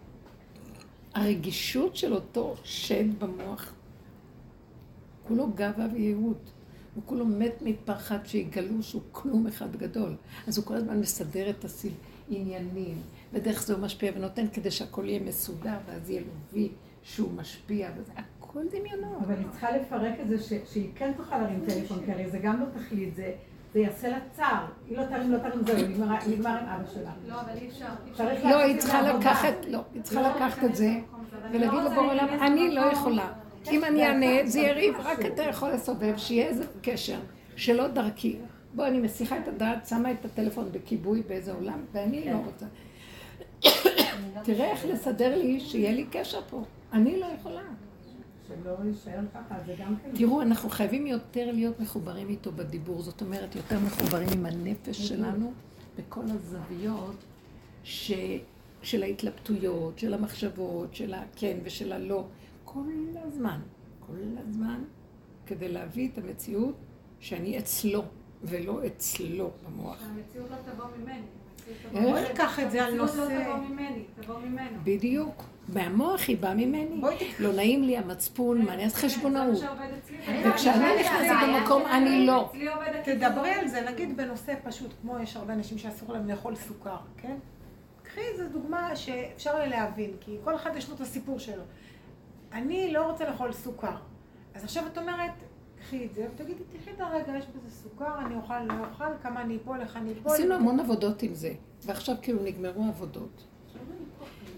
הרגישות של אותו שד במוח, כולו גאווה וייעוד. הוא כולו מת מפחד שיגלו שהוא כלום אחד גדול. אז הוא כל הזמן מסדר את העניינים, ודרך זה הוא משפיע ונותן כדי שהכל יהיה מסודר, ואז יהיה לו וי שהוא משפיע, וזה הכל דמיונות.
אבל היא צריכה לפרק את זה שהיא כן תוכל להרים טלפון, כי הרי זה גם לא תחליט, זה יעשה לה צער. היא לא תרים, לא תרים, זהו, נגמר עם אבא שלה. לא, אבל אי אפשר.
לא, היא צריכה לקחת, לא, היא צריכה לקחת את זה, ולהגיד לבורא עולם, אני לא יכולה. אם אני אענה, זה יריב, רק אתה יכול לסובב, שיהיה איזה קשר, שלא דרכי. בוא, אני מסיחה את הדעת, שמה את הטלפון בכיבוי באיזה עולם, ואני לא רוצה. תראה איך לסדר לי שיהיה לי קשר פה. אני לא יכולה.
שלא יישאר ככה, זה גם כן...
תראו, אנחנו חייבים יותר להיות מחוברים איתו בדיבור. זאת אומרת, יותר מחוברים עם הנפש שלנו, בכל הזוויות של ההתלבטויות, של המחשבות, של הכן ושל הלא. כל הזמן, כל הזמן, כדי להביא את המציאות שאני אצלו, ולא אצלו במוח.
המציאות לא תבוא ממני.
בואי
ניקח את זה על נושא. המציאות לא תבוא ממני, תבוא ממנו.
בדיוק. מהמוח היא באה ממני. לא נעים לי המצפון, מה אני אעשה חשבונאות. וכשאני נכנסת במקום, אני לא.
תדברי על זה, נגיד בנושא פשוט, כמו יש הרבה אנשים שאסור להם לאכול סוכר, כן? קחי איזו דוגמה שאפשר לי להבין, כי כל אחד יש לו את הסיפור שלו. אני לא רוצה לאכול סוכר. אז עכשיו את אומרת, קחי את זה, ותגידי, תחי את הרגע, יש בזה סוכר, אני אוכל, לא אוכל, כמה אני אפול, איך אני אפול.
עשינו המון עבודות עם זה, ועכשיו כאילו נגמרו עבודות.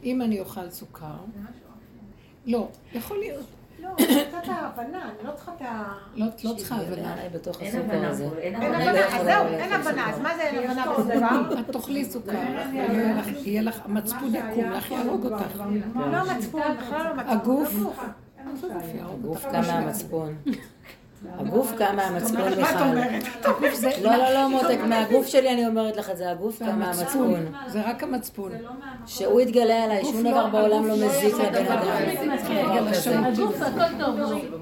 אם אני אוכל סוכר... לא, יכול להיות.
לא, אני צריכה את ההבנה, אני לא צריכה את ה...
לא צריכה הבנה.
בתוך הסוכר הזה.
אין הבנה, אז זהו, אין הבנה, אז מה זה אין הבנה בסוכר?
את תאכלי סוכר, יהיה לך, המצפון יקום לך, יהרוג אותך.
לא מצפון, בכלל לא מצפון.
הגוף?
הגוף קם מהמצפון. הגוף קם מהמצפון בכלל.
מה את אומרת?
לא, לא, לא מותק, מהגוף שלי אני אומרת לך את זה, הגוף קם מהמצפון.
זה רק המצפון.
שהוא יתגלה עליי, שום דבר בעולם לא מזיק לבן אדם.
הגוף הכל טוב.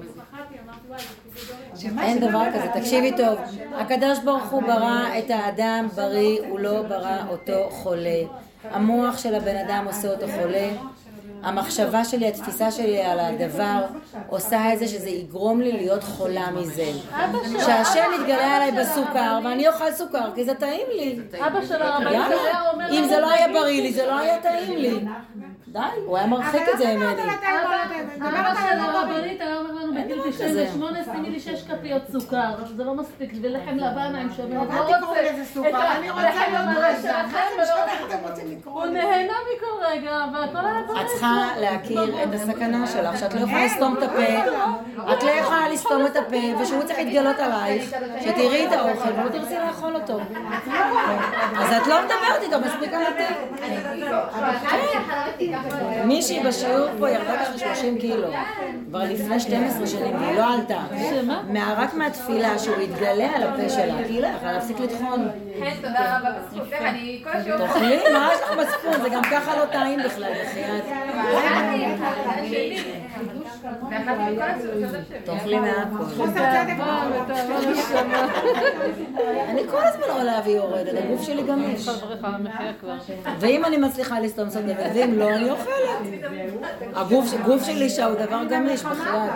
אין דבר כזה, תקשיבי טוב. הקדוש ברוך הוא ברא את האדם בריא, הוא לא ברא אותו חולה. המוח של הבן אדם עושה אותו חולה. המחשבה שלי, התפיסה שלי על הדבר, עושה את זה שזה יגרום לי להיות חולה מזה. שהשם יתגלה עליי בסוכר, ואני אוכל סוכר, כי זה טעים לי.
אבא של הרבנית היה אומר...
אם זה לא היה בריא לי, זה לא היה טעים לי. די, הוא היה מרחיק את זה ממני.
אבא של הרבנית היה אומר לנו בגיל תשעים ושמונה, שימי לי שש כפיות סוכר. זה לא מספיק, ולחם לבן עם שמן.
אל תקראו לזה סוכר, אני רוצה להיות ברזע.
הוא נהנה מכל רגע, והכל היה ברזע.
את צריכה להכיר את הסכנה שלך, שאת לא יכולה לסתום את הפה, את לא יכולה לסתום את הפה, ושהוא צריך להתגלות עלייך, שתראי את האוכל ולא תרצי לאכול אותו. אז את לא מדברת איתו, מספיק על התה. מישהי בשיעור פה ירדה ככה שלושים קילו, כבר לפני שתים עשרה שנים, והיא לא עלתה. רק מהתפילה שהוא יתגלה על הפה שלה, כי היא לא יכולה להפסיק לטחון.
כן, תודה רבה בזכותך, אני כל השיעור...
תאכלי, מה יש לך מצפון? זה גם ככה לא טעים בכלל, בחייאת. תאכלי מהכל. אני כל הזמן עולה והיא יורדת, הגוף שלי גמיש. ואם אני מצליחה לסתום סוד דבר, ואם לא, אני אוכלת. הגוף של אישה הוא דבר גמיש, בחייאת.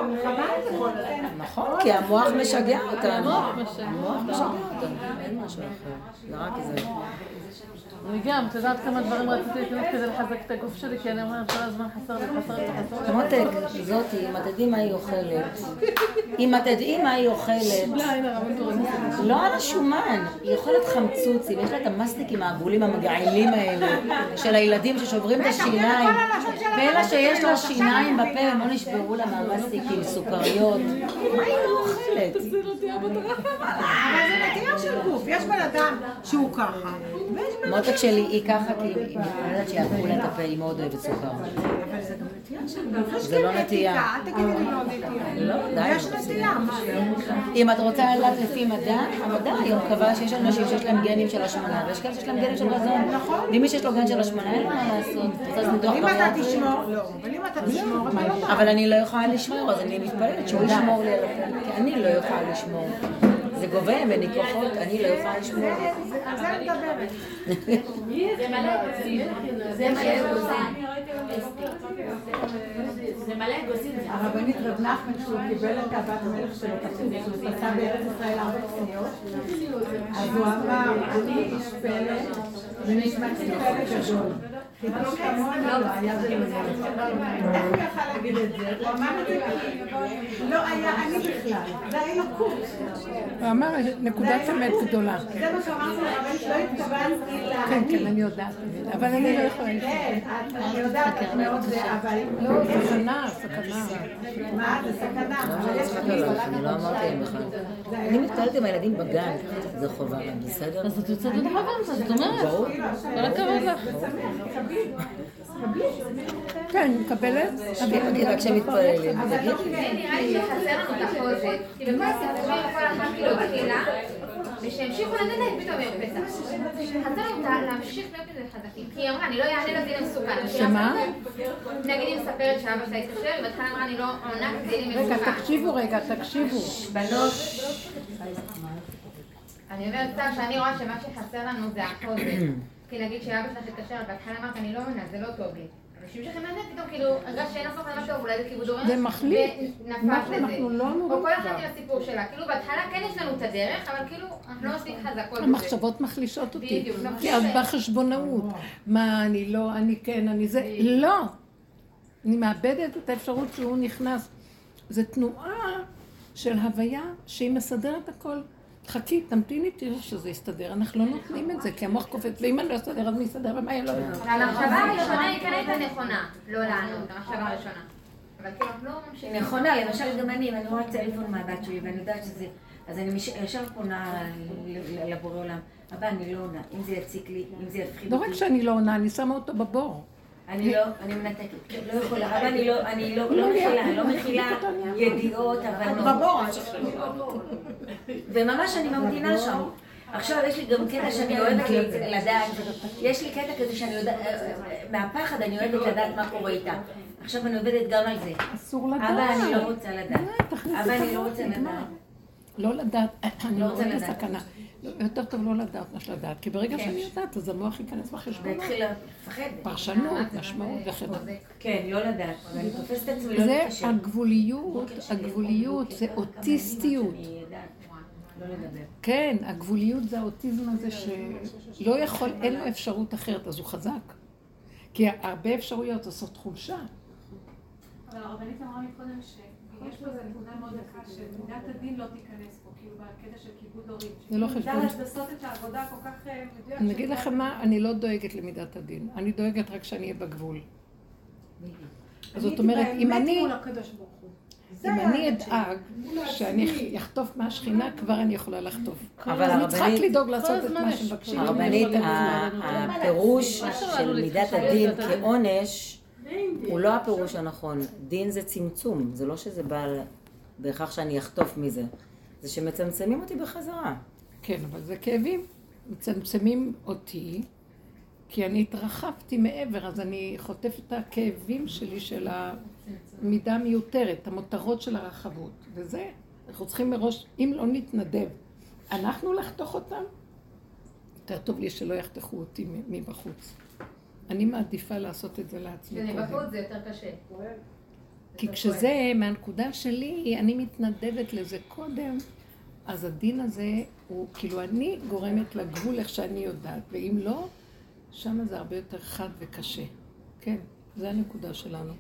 נכון, כי המוח משגע אותנו. המוח משגע אותנו, אין משהו אחר. זה רק זה.
אני גם, את יודעת כמה דברים רציתי לקנות כדי לחזק את הגוף שלי, כי אני אומרת, כל הזמן חסר לי, חסר לי, חסר לי.
מותק, זאתי, אם את תדעי מה היא אוכלת, אם את תדעי מה היא אוכלת, לא על השומן, היא אוכלת חמצוצים, יש לה את המסטיקים העגולים המגעילים האלה, של הילדים ששוברים את השיניים, ואלה שיש לה שיניים בפה, הם לא נשברו לה מהמסטיקים, סוכריות, מה היא לא אוכלת?
אבל זה נטייה של גוף, יש בן אדם שהוא ככה.
מותק שלי היא ככה כי היא מתמודדת שיעקרו לה את הפה, היא מאוד אוהבת סוכר.
אבל זה גם נטייה של גוף.
זה לא נטייה.
אל תגידי לי לא נטייה.
לא, די.
יש נטייה.
אם את רוצה לדעת לפי מדע, המדע היום קבע שיש אנשים שיש להם גנים של השמנה, ויש כאלה שיש להם גנים של רזון. ואם מי שיש לו גן של השמנה, אין לו מה לעשות.
אם אתה תשמור, לא. אבל אם אתה תשמור, אתה לא...
אבל אני לא יכולה לשמור, אז אני מתפללת שהוא ישמור לי על הפה, כי אני לא יכולה לשמור. זה גובה ממני כוחות, אני לא יכולה לשמור.
על זה אני מדברת.
זה מלא גוסים. זה מלא גוסים. זה מלא גוסים.
הרבנית רב נחמן, שהוא קיבל את הבת המלך שלו, שהוא פסע בארץ ישראל ארבע שניות, אז הוא אמר, אני איש פלא, ונשמעתי פלא גדול. חידוש כמוני לא היה ולמד. איך הוא יכל להגיד את זה? הוא אמר את זה כי לא היה אני בכלל, זה היה יקות.
הוא אמר נקודת אמת גדולה.
זה מה שאמרתי לרבנית, לא התכוונתי לה...
כן, כן, אני יודעת, אבל אני לא יכולה...
כן, אני יודעת מאוד זה, אבל...
לא, סכנה, סכנה.
מה? זה סכנה.
אני לא אמרתי להם בכלל. אני מתפללת עם הילדים בגן, זה חובה, בסדר?
אז את יוצאת את החובה, זאת אומרת. ברור. כל הכבוד לך.
כן, מקבלת.
תגידי רק שהם מתפללים.
נראה לי שחסר לנו את החוזק. כי בכל הסיפורים כל אחת כאילו התחילה, ושהמשיכו לנדד פתאום יום פסח. חסר לנו להמשיך להיות מזה חזקים. כי היא אמרה, אני לא אענה לזינים מסוכן.
שמה?
נגיד היא מספרת שאבא שלה התקשר, היא בהתחלה אמרה, אני לא עונה לזינים מסוכן.
רגע, תקשיבו רגע, תקשיבו.
בנות. אני אומרת סתם שאני רואה שמה שחסר לנו זה החוזק. כי נגיד שאבא שלך התקשר, בהתחלה אמרת, אני לא עונה, זה לא טוב לי. אנשים שלכם לנדד פתאום, כאילו, הרגש שאין לך מה טוב, אולי זה כיבוד הורים.
זה מחליט.
ונפק לזה.
אנחנו לא אמורים
או כל אחת עם הסיפור שלה. כאילו, בהתחלה כן יש לנו את הדרך, אבל כאילו, אנחנו לא מספיק חזקות בזה.
המחשבות מחלישות אותי.
בדיוק.
כי את בחשבונאות. מה, אני לא, אני כן, אני זה. לא. אני מאבדת את האפשרות שהוא נכנס. זו תנועה של הוויה שהיא מסדרת הכל. חכי, תמתיני, תראה שזה יסתדר. אנחנו לא נותנים את זה, כי המוח קופץ, ואם אני לא אסתדר, אז מי יסתדר, ומה יהיה לא יסתדר.
המחשבה הראשונה היא כן הייתה נכונה, לא לענות, המחשבה הראשונה. אבל כאילו, לא ממשיכים.
נכונה, למשל גם אני, אם אני רואה טלפון מהבת שלי, ואני יודעת שזה... אז אני ישר פונה לבורא עולם. אבל אני לא עונה, אם זה יציק לי, אם זה יפחיד אותי.
לא רק שאני לא עונה, אני שמה אותו בבור.
אני לא, אני מנתקת, לא יכולה, אבל אני לא, אני לא, לא מכילה, לא מכילה ידיעות, אבל לא.
בבור.
וממש אני ממתינה שם. עכשיו יש לי גם קטע שאני אוהבת לדעת, יש לי קטע כזה שאני יודעת, מהפחד אני אוהבת לדעת מה קורה איתה. עכשיו אני עובדת גם על זה.
אסור לדעת.
אבל אני לא רוצה לדעת. אבל אני לא רוצה לדעת.
לא לדעת, אני לא רוצה לסכנה. יותר טוב לא לדעת מה שלדעת, כי ברגע שאני יודעת, אז המוח ייכנס בחשבון.
והתחיל לפחד.
פרשנות, משמעות וכדומה.
כן, לא לדעת. ואני תופסת את עצמי לא
זה
להתקשר.
הגבוליות, הגבוליות זה אוטיסטיות. כן, הגבוליות זה האוטיזם הזה שלא יכול, אין לו אפשרות אחרת, אז הוא חזק. כי הרבה אפשרויות עושות חולשה.
אבל הרבנית אמרה מקודם שיש פה איזו נקודה מאוד דקה שמידת הדין לא תיכנס פה, כאילו בקטע של כיבוד הורים.
זה לא חשבון.
מידת לעשות את העבודה כל כך מדויק.
אני אגיד לכם מה, אני לא דואגת למידת הדין. אני דואגת רק שאני אהיה בגבול. אז זאת אומרת, אם אני... אם אני אדאג שאני אחטוף מהשכינה, כבר אני יכולה לחטוף.
אבל
אני צריכה
הרבנית...
לדאוג לעשות את מה שמבקשים.
הרבנית, הפירוש של מידת הדין כעונש, הוא לא הפירוש הנכון. דין זה צמצום, זה לא שזה בא בהכרח שאני אחטוף מזה. זה שמצמצמים אותי בחזרה.
כן, אבל זה כאבים. מצמצמים אותי, כי אני התרחבתי מעבר, אז אני חוטפת את הכאבים שלי של המידה מיותרת, המותרות של הרחבות. וזה, אנחנו צריכים מראש, אם לא נתנדב, אנחנו לחתוך אותם, יותר טוב לי שלא יחתכו אותי מבחוץ. אני מעדיפה לעשות את זה לעצמי קודם.
כשנבחוץ זה יותר קשה.
כי כשזה, מהנקודה שלי, אני מתנדבת לזה קודם, אז הדין הזה הוא, כאילו אני גורמת לגבול איך שאני יודעת, ואם לא, שם זה הרבה יותר חד וקשה. כן, זה הנקודה שלנו.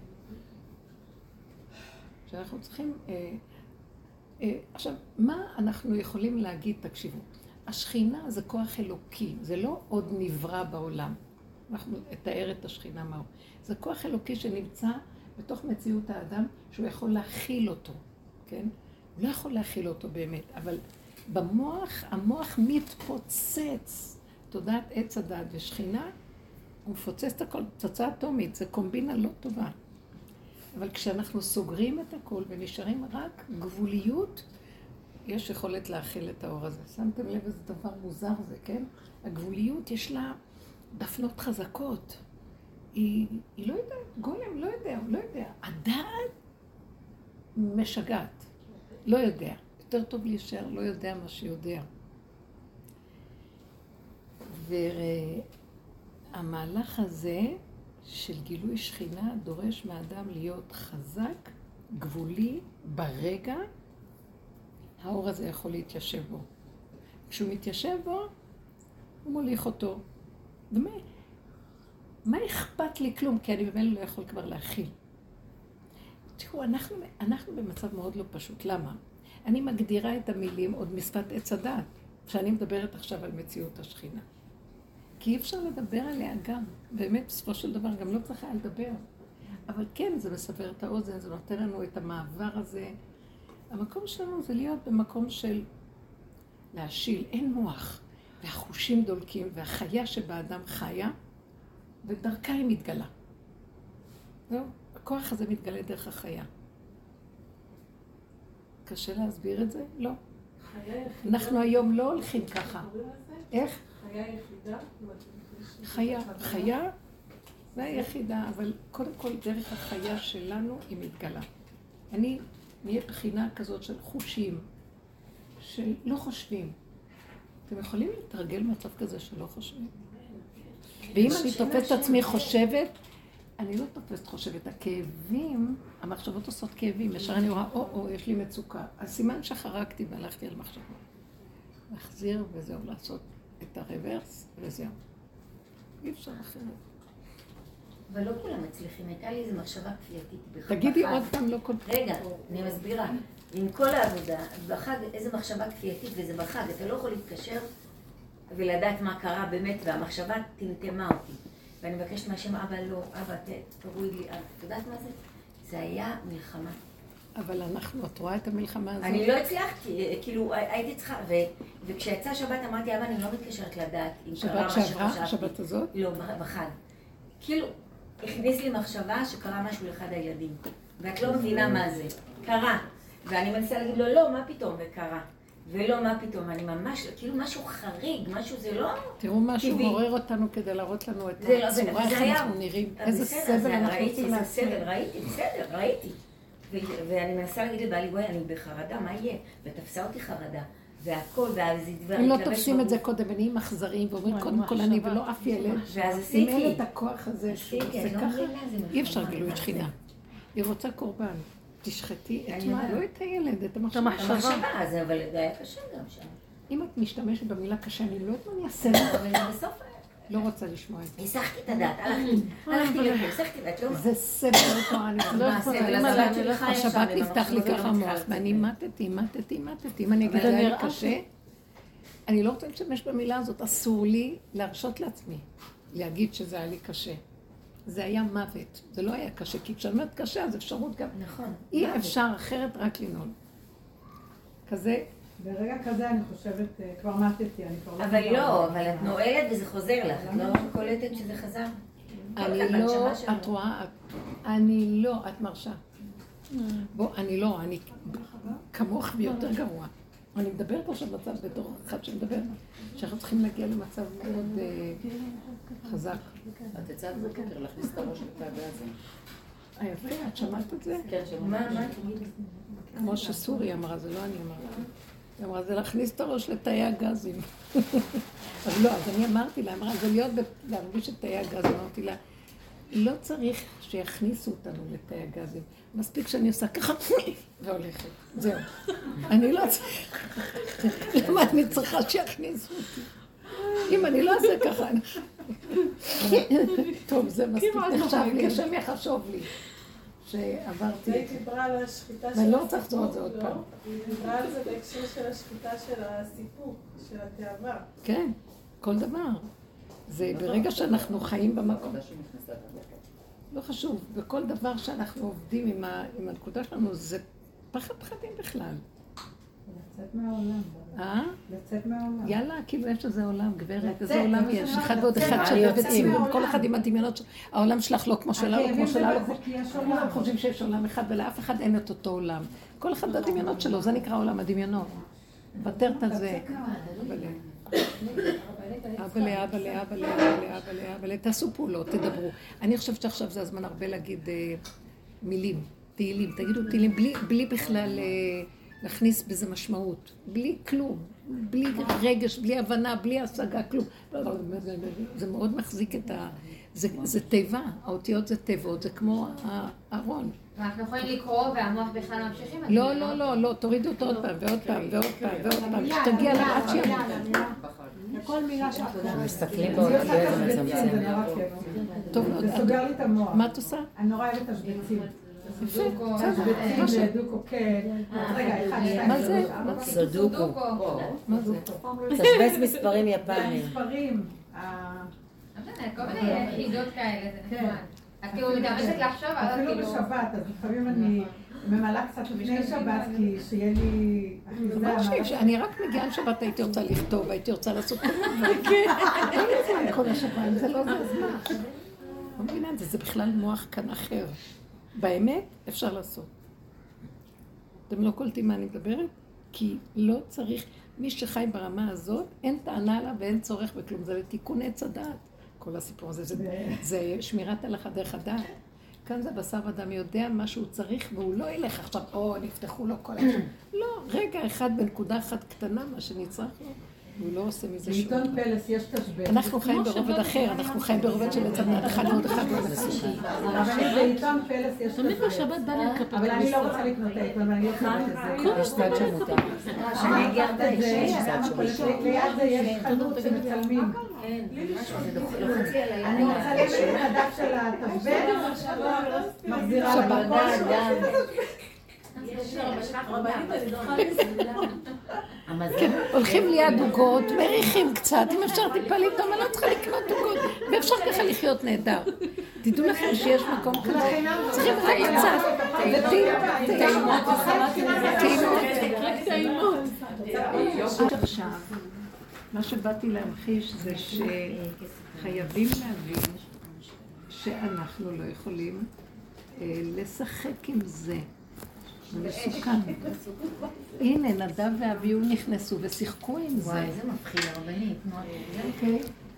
שאנחנו צריכים... אה, אה, עכשיו, מה אנחנו יכולים להגיד, תקשיבו, השכינה זה כוח אלוקי, זה לא עוד נברא בעולם. אנחנו נתאר את השכינה מהו. זה כוח אלוקי שנמצא בתוך מציאות האדם, שהוא יכול להכיל אותו, כן? הוא לא יכול להכיל אותו באמת, אבל במוח, המוח מתפוצץ. תודעת עץ הדעת ושכינה, הוא מפוצץ את הכל, פצצה אטומית, זה קומבינה לא טובה. אבל כשאנחנו סוגרים את הכל ונשארים רק גבוליות, יש יכולת להכיל את האור הזה. שמתם לב איזה דבר מוזר זה, כן? הגבוליות יש לה דפנות חזקות. היא, היא לא יודעת, גולם לא יודע, הוא לא יודע. הדעת משגעת, לא יודע. יותר טוב להישאר, לא יודע מה שיודע. והמהלך הזה של גילוי שכינה דורש מהאדם להיות חזק, גבולי, ברגע, האור הזה יכול להתיישב בו. כשהוא מתיישב בו, הוא מוליך אותו. ומה, מה אכפת לי כלום? כי אני במילא לא יכול כבר להכיל. תראו, אנחנו, אנחנו במצב מאוד לא פשוט. למה? אני מגדירה את המילים עוד משפת עץ הדעת, שאני מדברת עכשיו על מציאות השכינה. כי אי אפשר לדבר עליה גם. באמת, בסופו של דבר, גם לא צריכה לדבר. אבל כן, זה מסבר את האוזן, זה נותן לנו את המעבר הזה. המקום שלנו זה להיות במקום של להשיל, אין מוח. והחושים דולקים, והחיה שבאדם חיה, ודרכה היא מתגלה. זהו, הכוח הזה מתגלה דרך החיה. קשה להסביר את זה? לא. אנחנו היום לא הולכים ככה. איך?
חיה יחידה?
חיה, חיה והיחידה, אבל קודם כל דרך החיה שלנו היא מתגלה. אני נהיה בחינה כזאת של חושים, של לא חושבים. אתם יכולים להתרגל מצב כזה שלא חושבים? ואם אני תופסת את עצמי חושבת, אני לא תופסת חושבת. הכאבים, המחשבות עושות כאבים. ישר אני רואה, או, או, יש לי מצוקה. אז סימן שחרקתי והלכתי על מחשבות. להחזיר וזהו, לעשות את הרוורס וזהו. אי אפשר אחרת.
אבל לא כולם מצליחים, הייתה לי איזו מחשבה כפייתית.
תגידי עוד פעם, לא כל...
רגע, אני מסבירה. עם כל העבודה, בחג איזו מחשבה כפייתית, וזה בחג, אתה לא יכול להתקשר ולדעת מה קרה באמת, והמחשבה טמטמה אותי. ואני מבקשת מהשם, אבא לא, אבא תוריד לי, את יודעת מה זה? זה היה מלחמה.
אבל אנחנו, את רואה את המלחמה הזאת?
אני לא הצלחתי, כאילו הייתי צריכה, וכשיצא שבת אמרתי, אבא, אני לא מתקשרת לדעת אם קרה מה שחשבתי.
שבת שעברה? שבת הזאת?
לא, בחג. כאילו, הכניס לי מחשבה שקרה משהו לאחד הילדים. ואת לא מבינה מה זה. קרה. ואני מנסה להגיד לו, לא, מה פתאום? וקרה. ולא, מה פתאום? אני ממש, כאילו משהו חריג, משהו זה לא...
תראו, משהו מעורר אותנו כדי להראות לנו את הצורה, איך אנחנו נראים. איזה סבל אנחנו רוצים לעשות.
ראיתי, בסדר, ראיתי. ואני מנסה להגיד לבעלי, וואי, אני בחרדה, מה יהיה? ותפסה אותי חרדה. והכל, ואז זה דבר...
אם לא תופסים את זה קודם, ונהיים אכזרים, ואומרים קודם כל אני ולא אף ילד.
ואז עשיתי.
אם אין את הכוח הזה, זה ככה, אי אפשר גילוי שכינה. היא רוצה קורבן. תשחטי את מה? לא את הילד, את המחשבה.
המחשבה, אבל זה היה קשה גם שם.
אם את משתמשת במילה קשה, אני לא יודעת מה אני אעשה לך.
אבל זה בסוף...
לא רוצה לשמוע את זה.
הסחתי את הדעת, הלכתי לפה, הסחתי את הדעת.
זה סבל אותו, אני לא יכולה. השבת נפתח לי ככה מוח, ואני מתתי, מתתי, מתתי. אם אני אגיד, זה היה לי קשה, אני לא רוצה להשתמש במילה הזאת, אסור לי להרשות לעצמי, להגיד שזה היה לי קשה. זה היה מוות, זה לא היה קשה, כי כשאני אומרת קשה, אז אפשרות גם...
נכון.
אי אפשר אחרת רק לנעול. כזה...
ברגע כזה אני חושבת, כבר מתתי, אני כבר לא...
אבל לא, אבל את נועלת וזה חוזר לך, את לא קולטת שזה חזר?
אני לא, את רואה, אני לא, את מרשה. בוא, אני לא, אני כמוך ויותר גרוע. אני מדברת עכשיו מצב בתור אחד שמדבר, שאנחנו צריכים להגיע למצב מאוד חזק.
את יצאת בבוקר להכניס את הראש לתא הגזים.
היפה, את שמעת את זה?
כן, שמעת.
כמו שסורי אמרה, זה לא אני אמרתי. היא אמרה, זה להכניס את הראש לתאי הגזים. אז לא, אז אני אמרתי לה, אמרה, זה להיות, להרגיש את תאי הגזים. אמרתי לה, לא צריך שיכניסו אותנו לתאי הגזים. מספיק שאני עושה ככה, והולכת. זהו. אני לא צריכה. למה אני צריכה שיכניסו אותי? אם אני לא אעשה ככה, אני... טוב, זה מספיק נחשב לי, השם יחשוב לי. שעברתי...
היא דיברה על השחיטה של הסיפור,
ואני לא רוצה לחזור על זה עוד פעם.
היא דיברה על זה בהקשר של השחיטה של הסיפור, של התאווה.
כן, כל דבר. זה ברגע שאנחנו חיים במקום. לא חשוב, בכל דבר שאנחנו עובדים עם הנקודה שלנו, זה פחד פחדים בכלל.
לצאת מהעולם.
אה?
לצאת מהעולם.
יאללה, כאילו יש איזה עולם, גברת, איזה עולם יש, אחד ועוד אחד שווה וציון, כל אחד עם הדמיונות, העולם שלך לא כמו שלה, לא כמו שלה, לא כמו שלה, כולם חושבים שיש עולם אחד ולאף אחד אין את אותו עולם. כל אחד הדמיונות שלו, זה נקרא עולם הדמיונות. ותרת על זה. אבלה, אבלה, אבלה, אבלה, אבלה, אבלה, תעשו פעולות, תדברו. אני חושבת שעכשיו זה הזמן הרבה להגיד מילים, תהילים, תגידו תהילים, בלי בכלל... להכניס בזה משמעות, בלי כלום, בלי רגש, בלי הבנה, בלי השגה, כלום. זה מאוד מחזיק את ה... זה טבע, האותיות זה טבעות, זה כמו הארון.
ואנחנו יכולים לקרוא והמוח בכלל ממשיכים?
לא, לא, לא, לא, תורידו אותו עוד פעם, ועוד פעם, ועוד פעם, ועוד פעם, שתגיע לעד שיהיה.
לכל מילה שאנחנו
מסתכלים באותיות זה מצמצם.
טוב,
זה סוגר לי את המוח.
מה את עושה?
אני נורא אוהבת השבצים.
סודוקו.
השבצים לדוקו, כן. רגע, אחד, שתיים,
מה זה?
סודוקו.
מה זה?
תשבץ מספרים יפנים.
מספרים.
כל מיני יחידות כאלה, זה נחמד. את כאילו מתאמצת לחשוב, אבל כאילו...
אפילו בשבת, אז לפעמים אני ממלאה קצת לפני שבת, כי שיהיה לי...
אני רק מגיעה לשבת, הייתי רוצה לכתוב, הייתי רוצה לעשות כל מיני דברים. אין לי זמן כל השבת, זה לא זה הזמן. לא מבינה את זה, זה בכלל מוח כאן אחר. באמת אפשר לעשות. אתם לא קולטים מה אני מדברת? כי לא צריך, מי שחי ברמה הזאת, אין טענה לה ואין צורך בכלום. זה לתיקון עץ הדעת. כל הסיפור הזה, זה, זה שמירת הלכה דרך הדעת. כאן זה בשר אדם יודע מה שהוא צריך, והוא לא ילך עכשיו, או נפתחו לו כל השם. לא, רגע אחד בנקודה אחת קטנה, מה שנצטרך לו, הוא לא עושה מזה שום.
בעיתון פלס יש תשבץ.
אנחנו חיים ברובד אחר, אנחנו חיים ברובד של עצם נעד אחד ועוד אחד ועוד אחד.
אבל בעיתון פלס יש תשבץ.
תמיד בשבת בא לי לקפל.
אבל אני לא רוצה לקנות את העיתון, אבל אני לא חייבת את זה.
יש צד שמותר.
אני אגיע את זה, ליד זה יש חנות שמצלמים.
כן, משהו, זה לוחצי עליי.
אני מצלמת את הדף של התשבץ, מחזירה
שבת. כן, הולכים ליד עוגות, מריחים קצת, אם אפשר טיפה לטעום, אני לא צריכה לקנות עוגות, ואפשר ככה לחיות נהדר. תדעו לכם שיש מקום כזה, צריכים רק קצת, וטעימות, טעימות. עכשיו, מה שבאתי להמחיש זה שחייבים להבין שאנחנו לא יכולים לשחק עם זה. זה מסוכן. הנה, נדב ואביהו נכנסו ושיחקו עם זה.
וואי, זה מפחיד הרבנית.
אוקיי.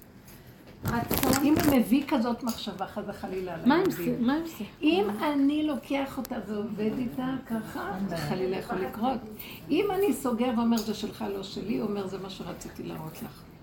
אם הוא מביא כזאת מחשבה, חס וחלילה.
מה עם זה? מה עם זה?
אם אני לוקח אותה ועובד איתה ככה, חלילה יכול לקרות. אם אני סוגר ואומר זה שלך לא שלי, הוא אומר זה מה שרציתי להראות לך.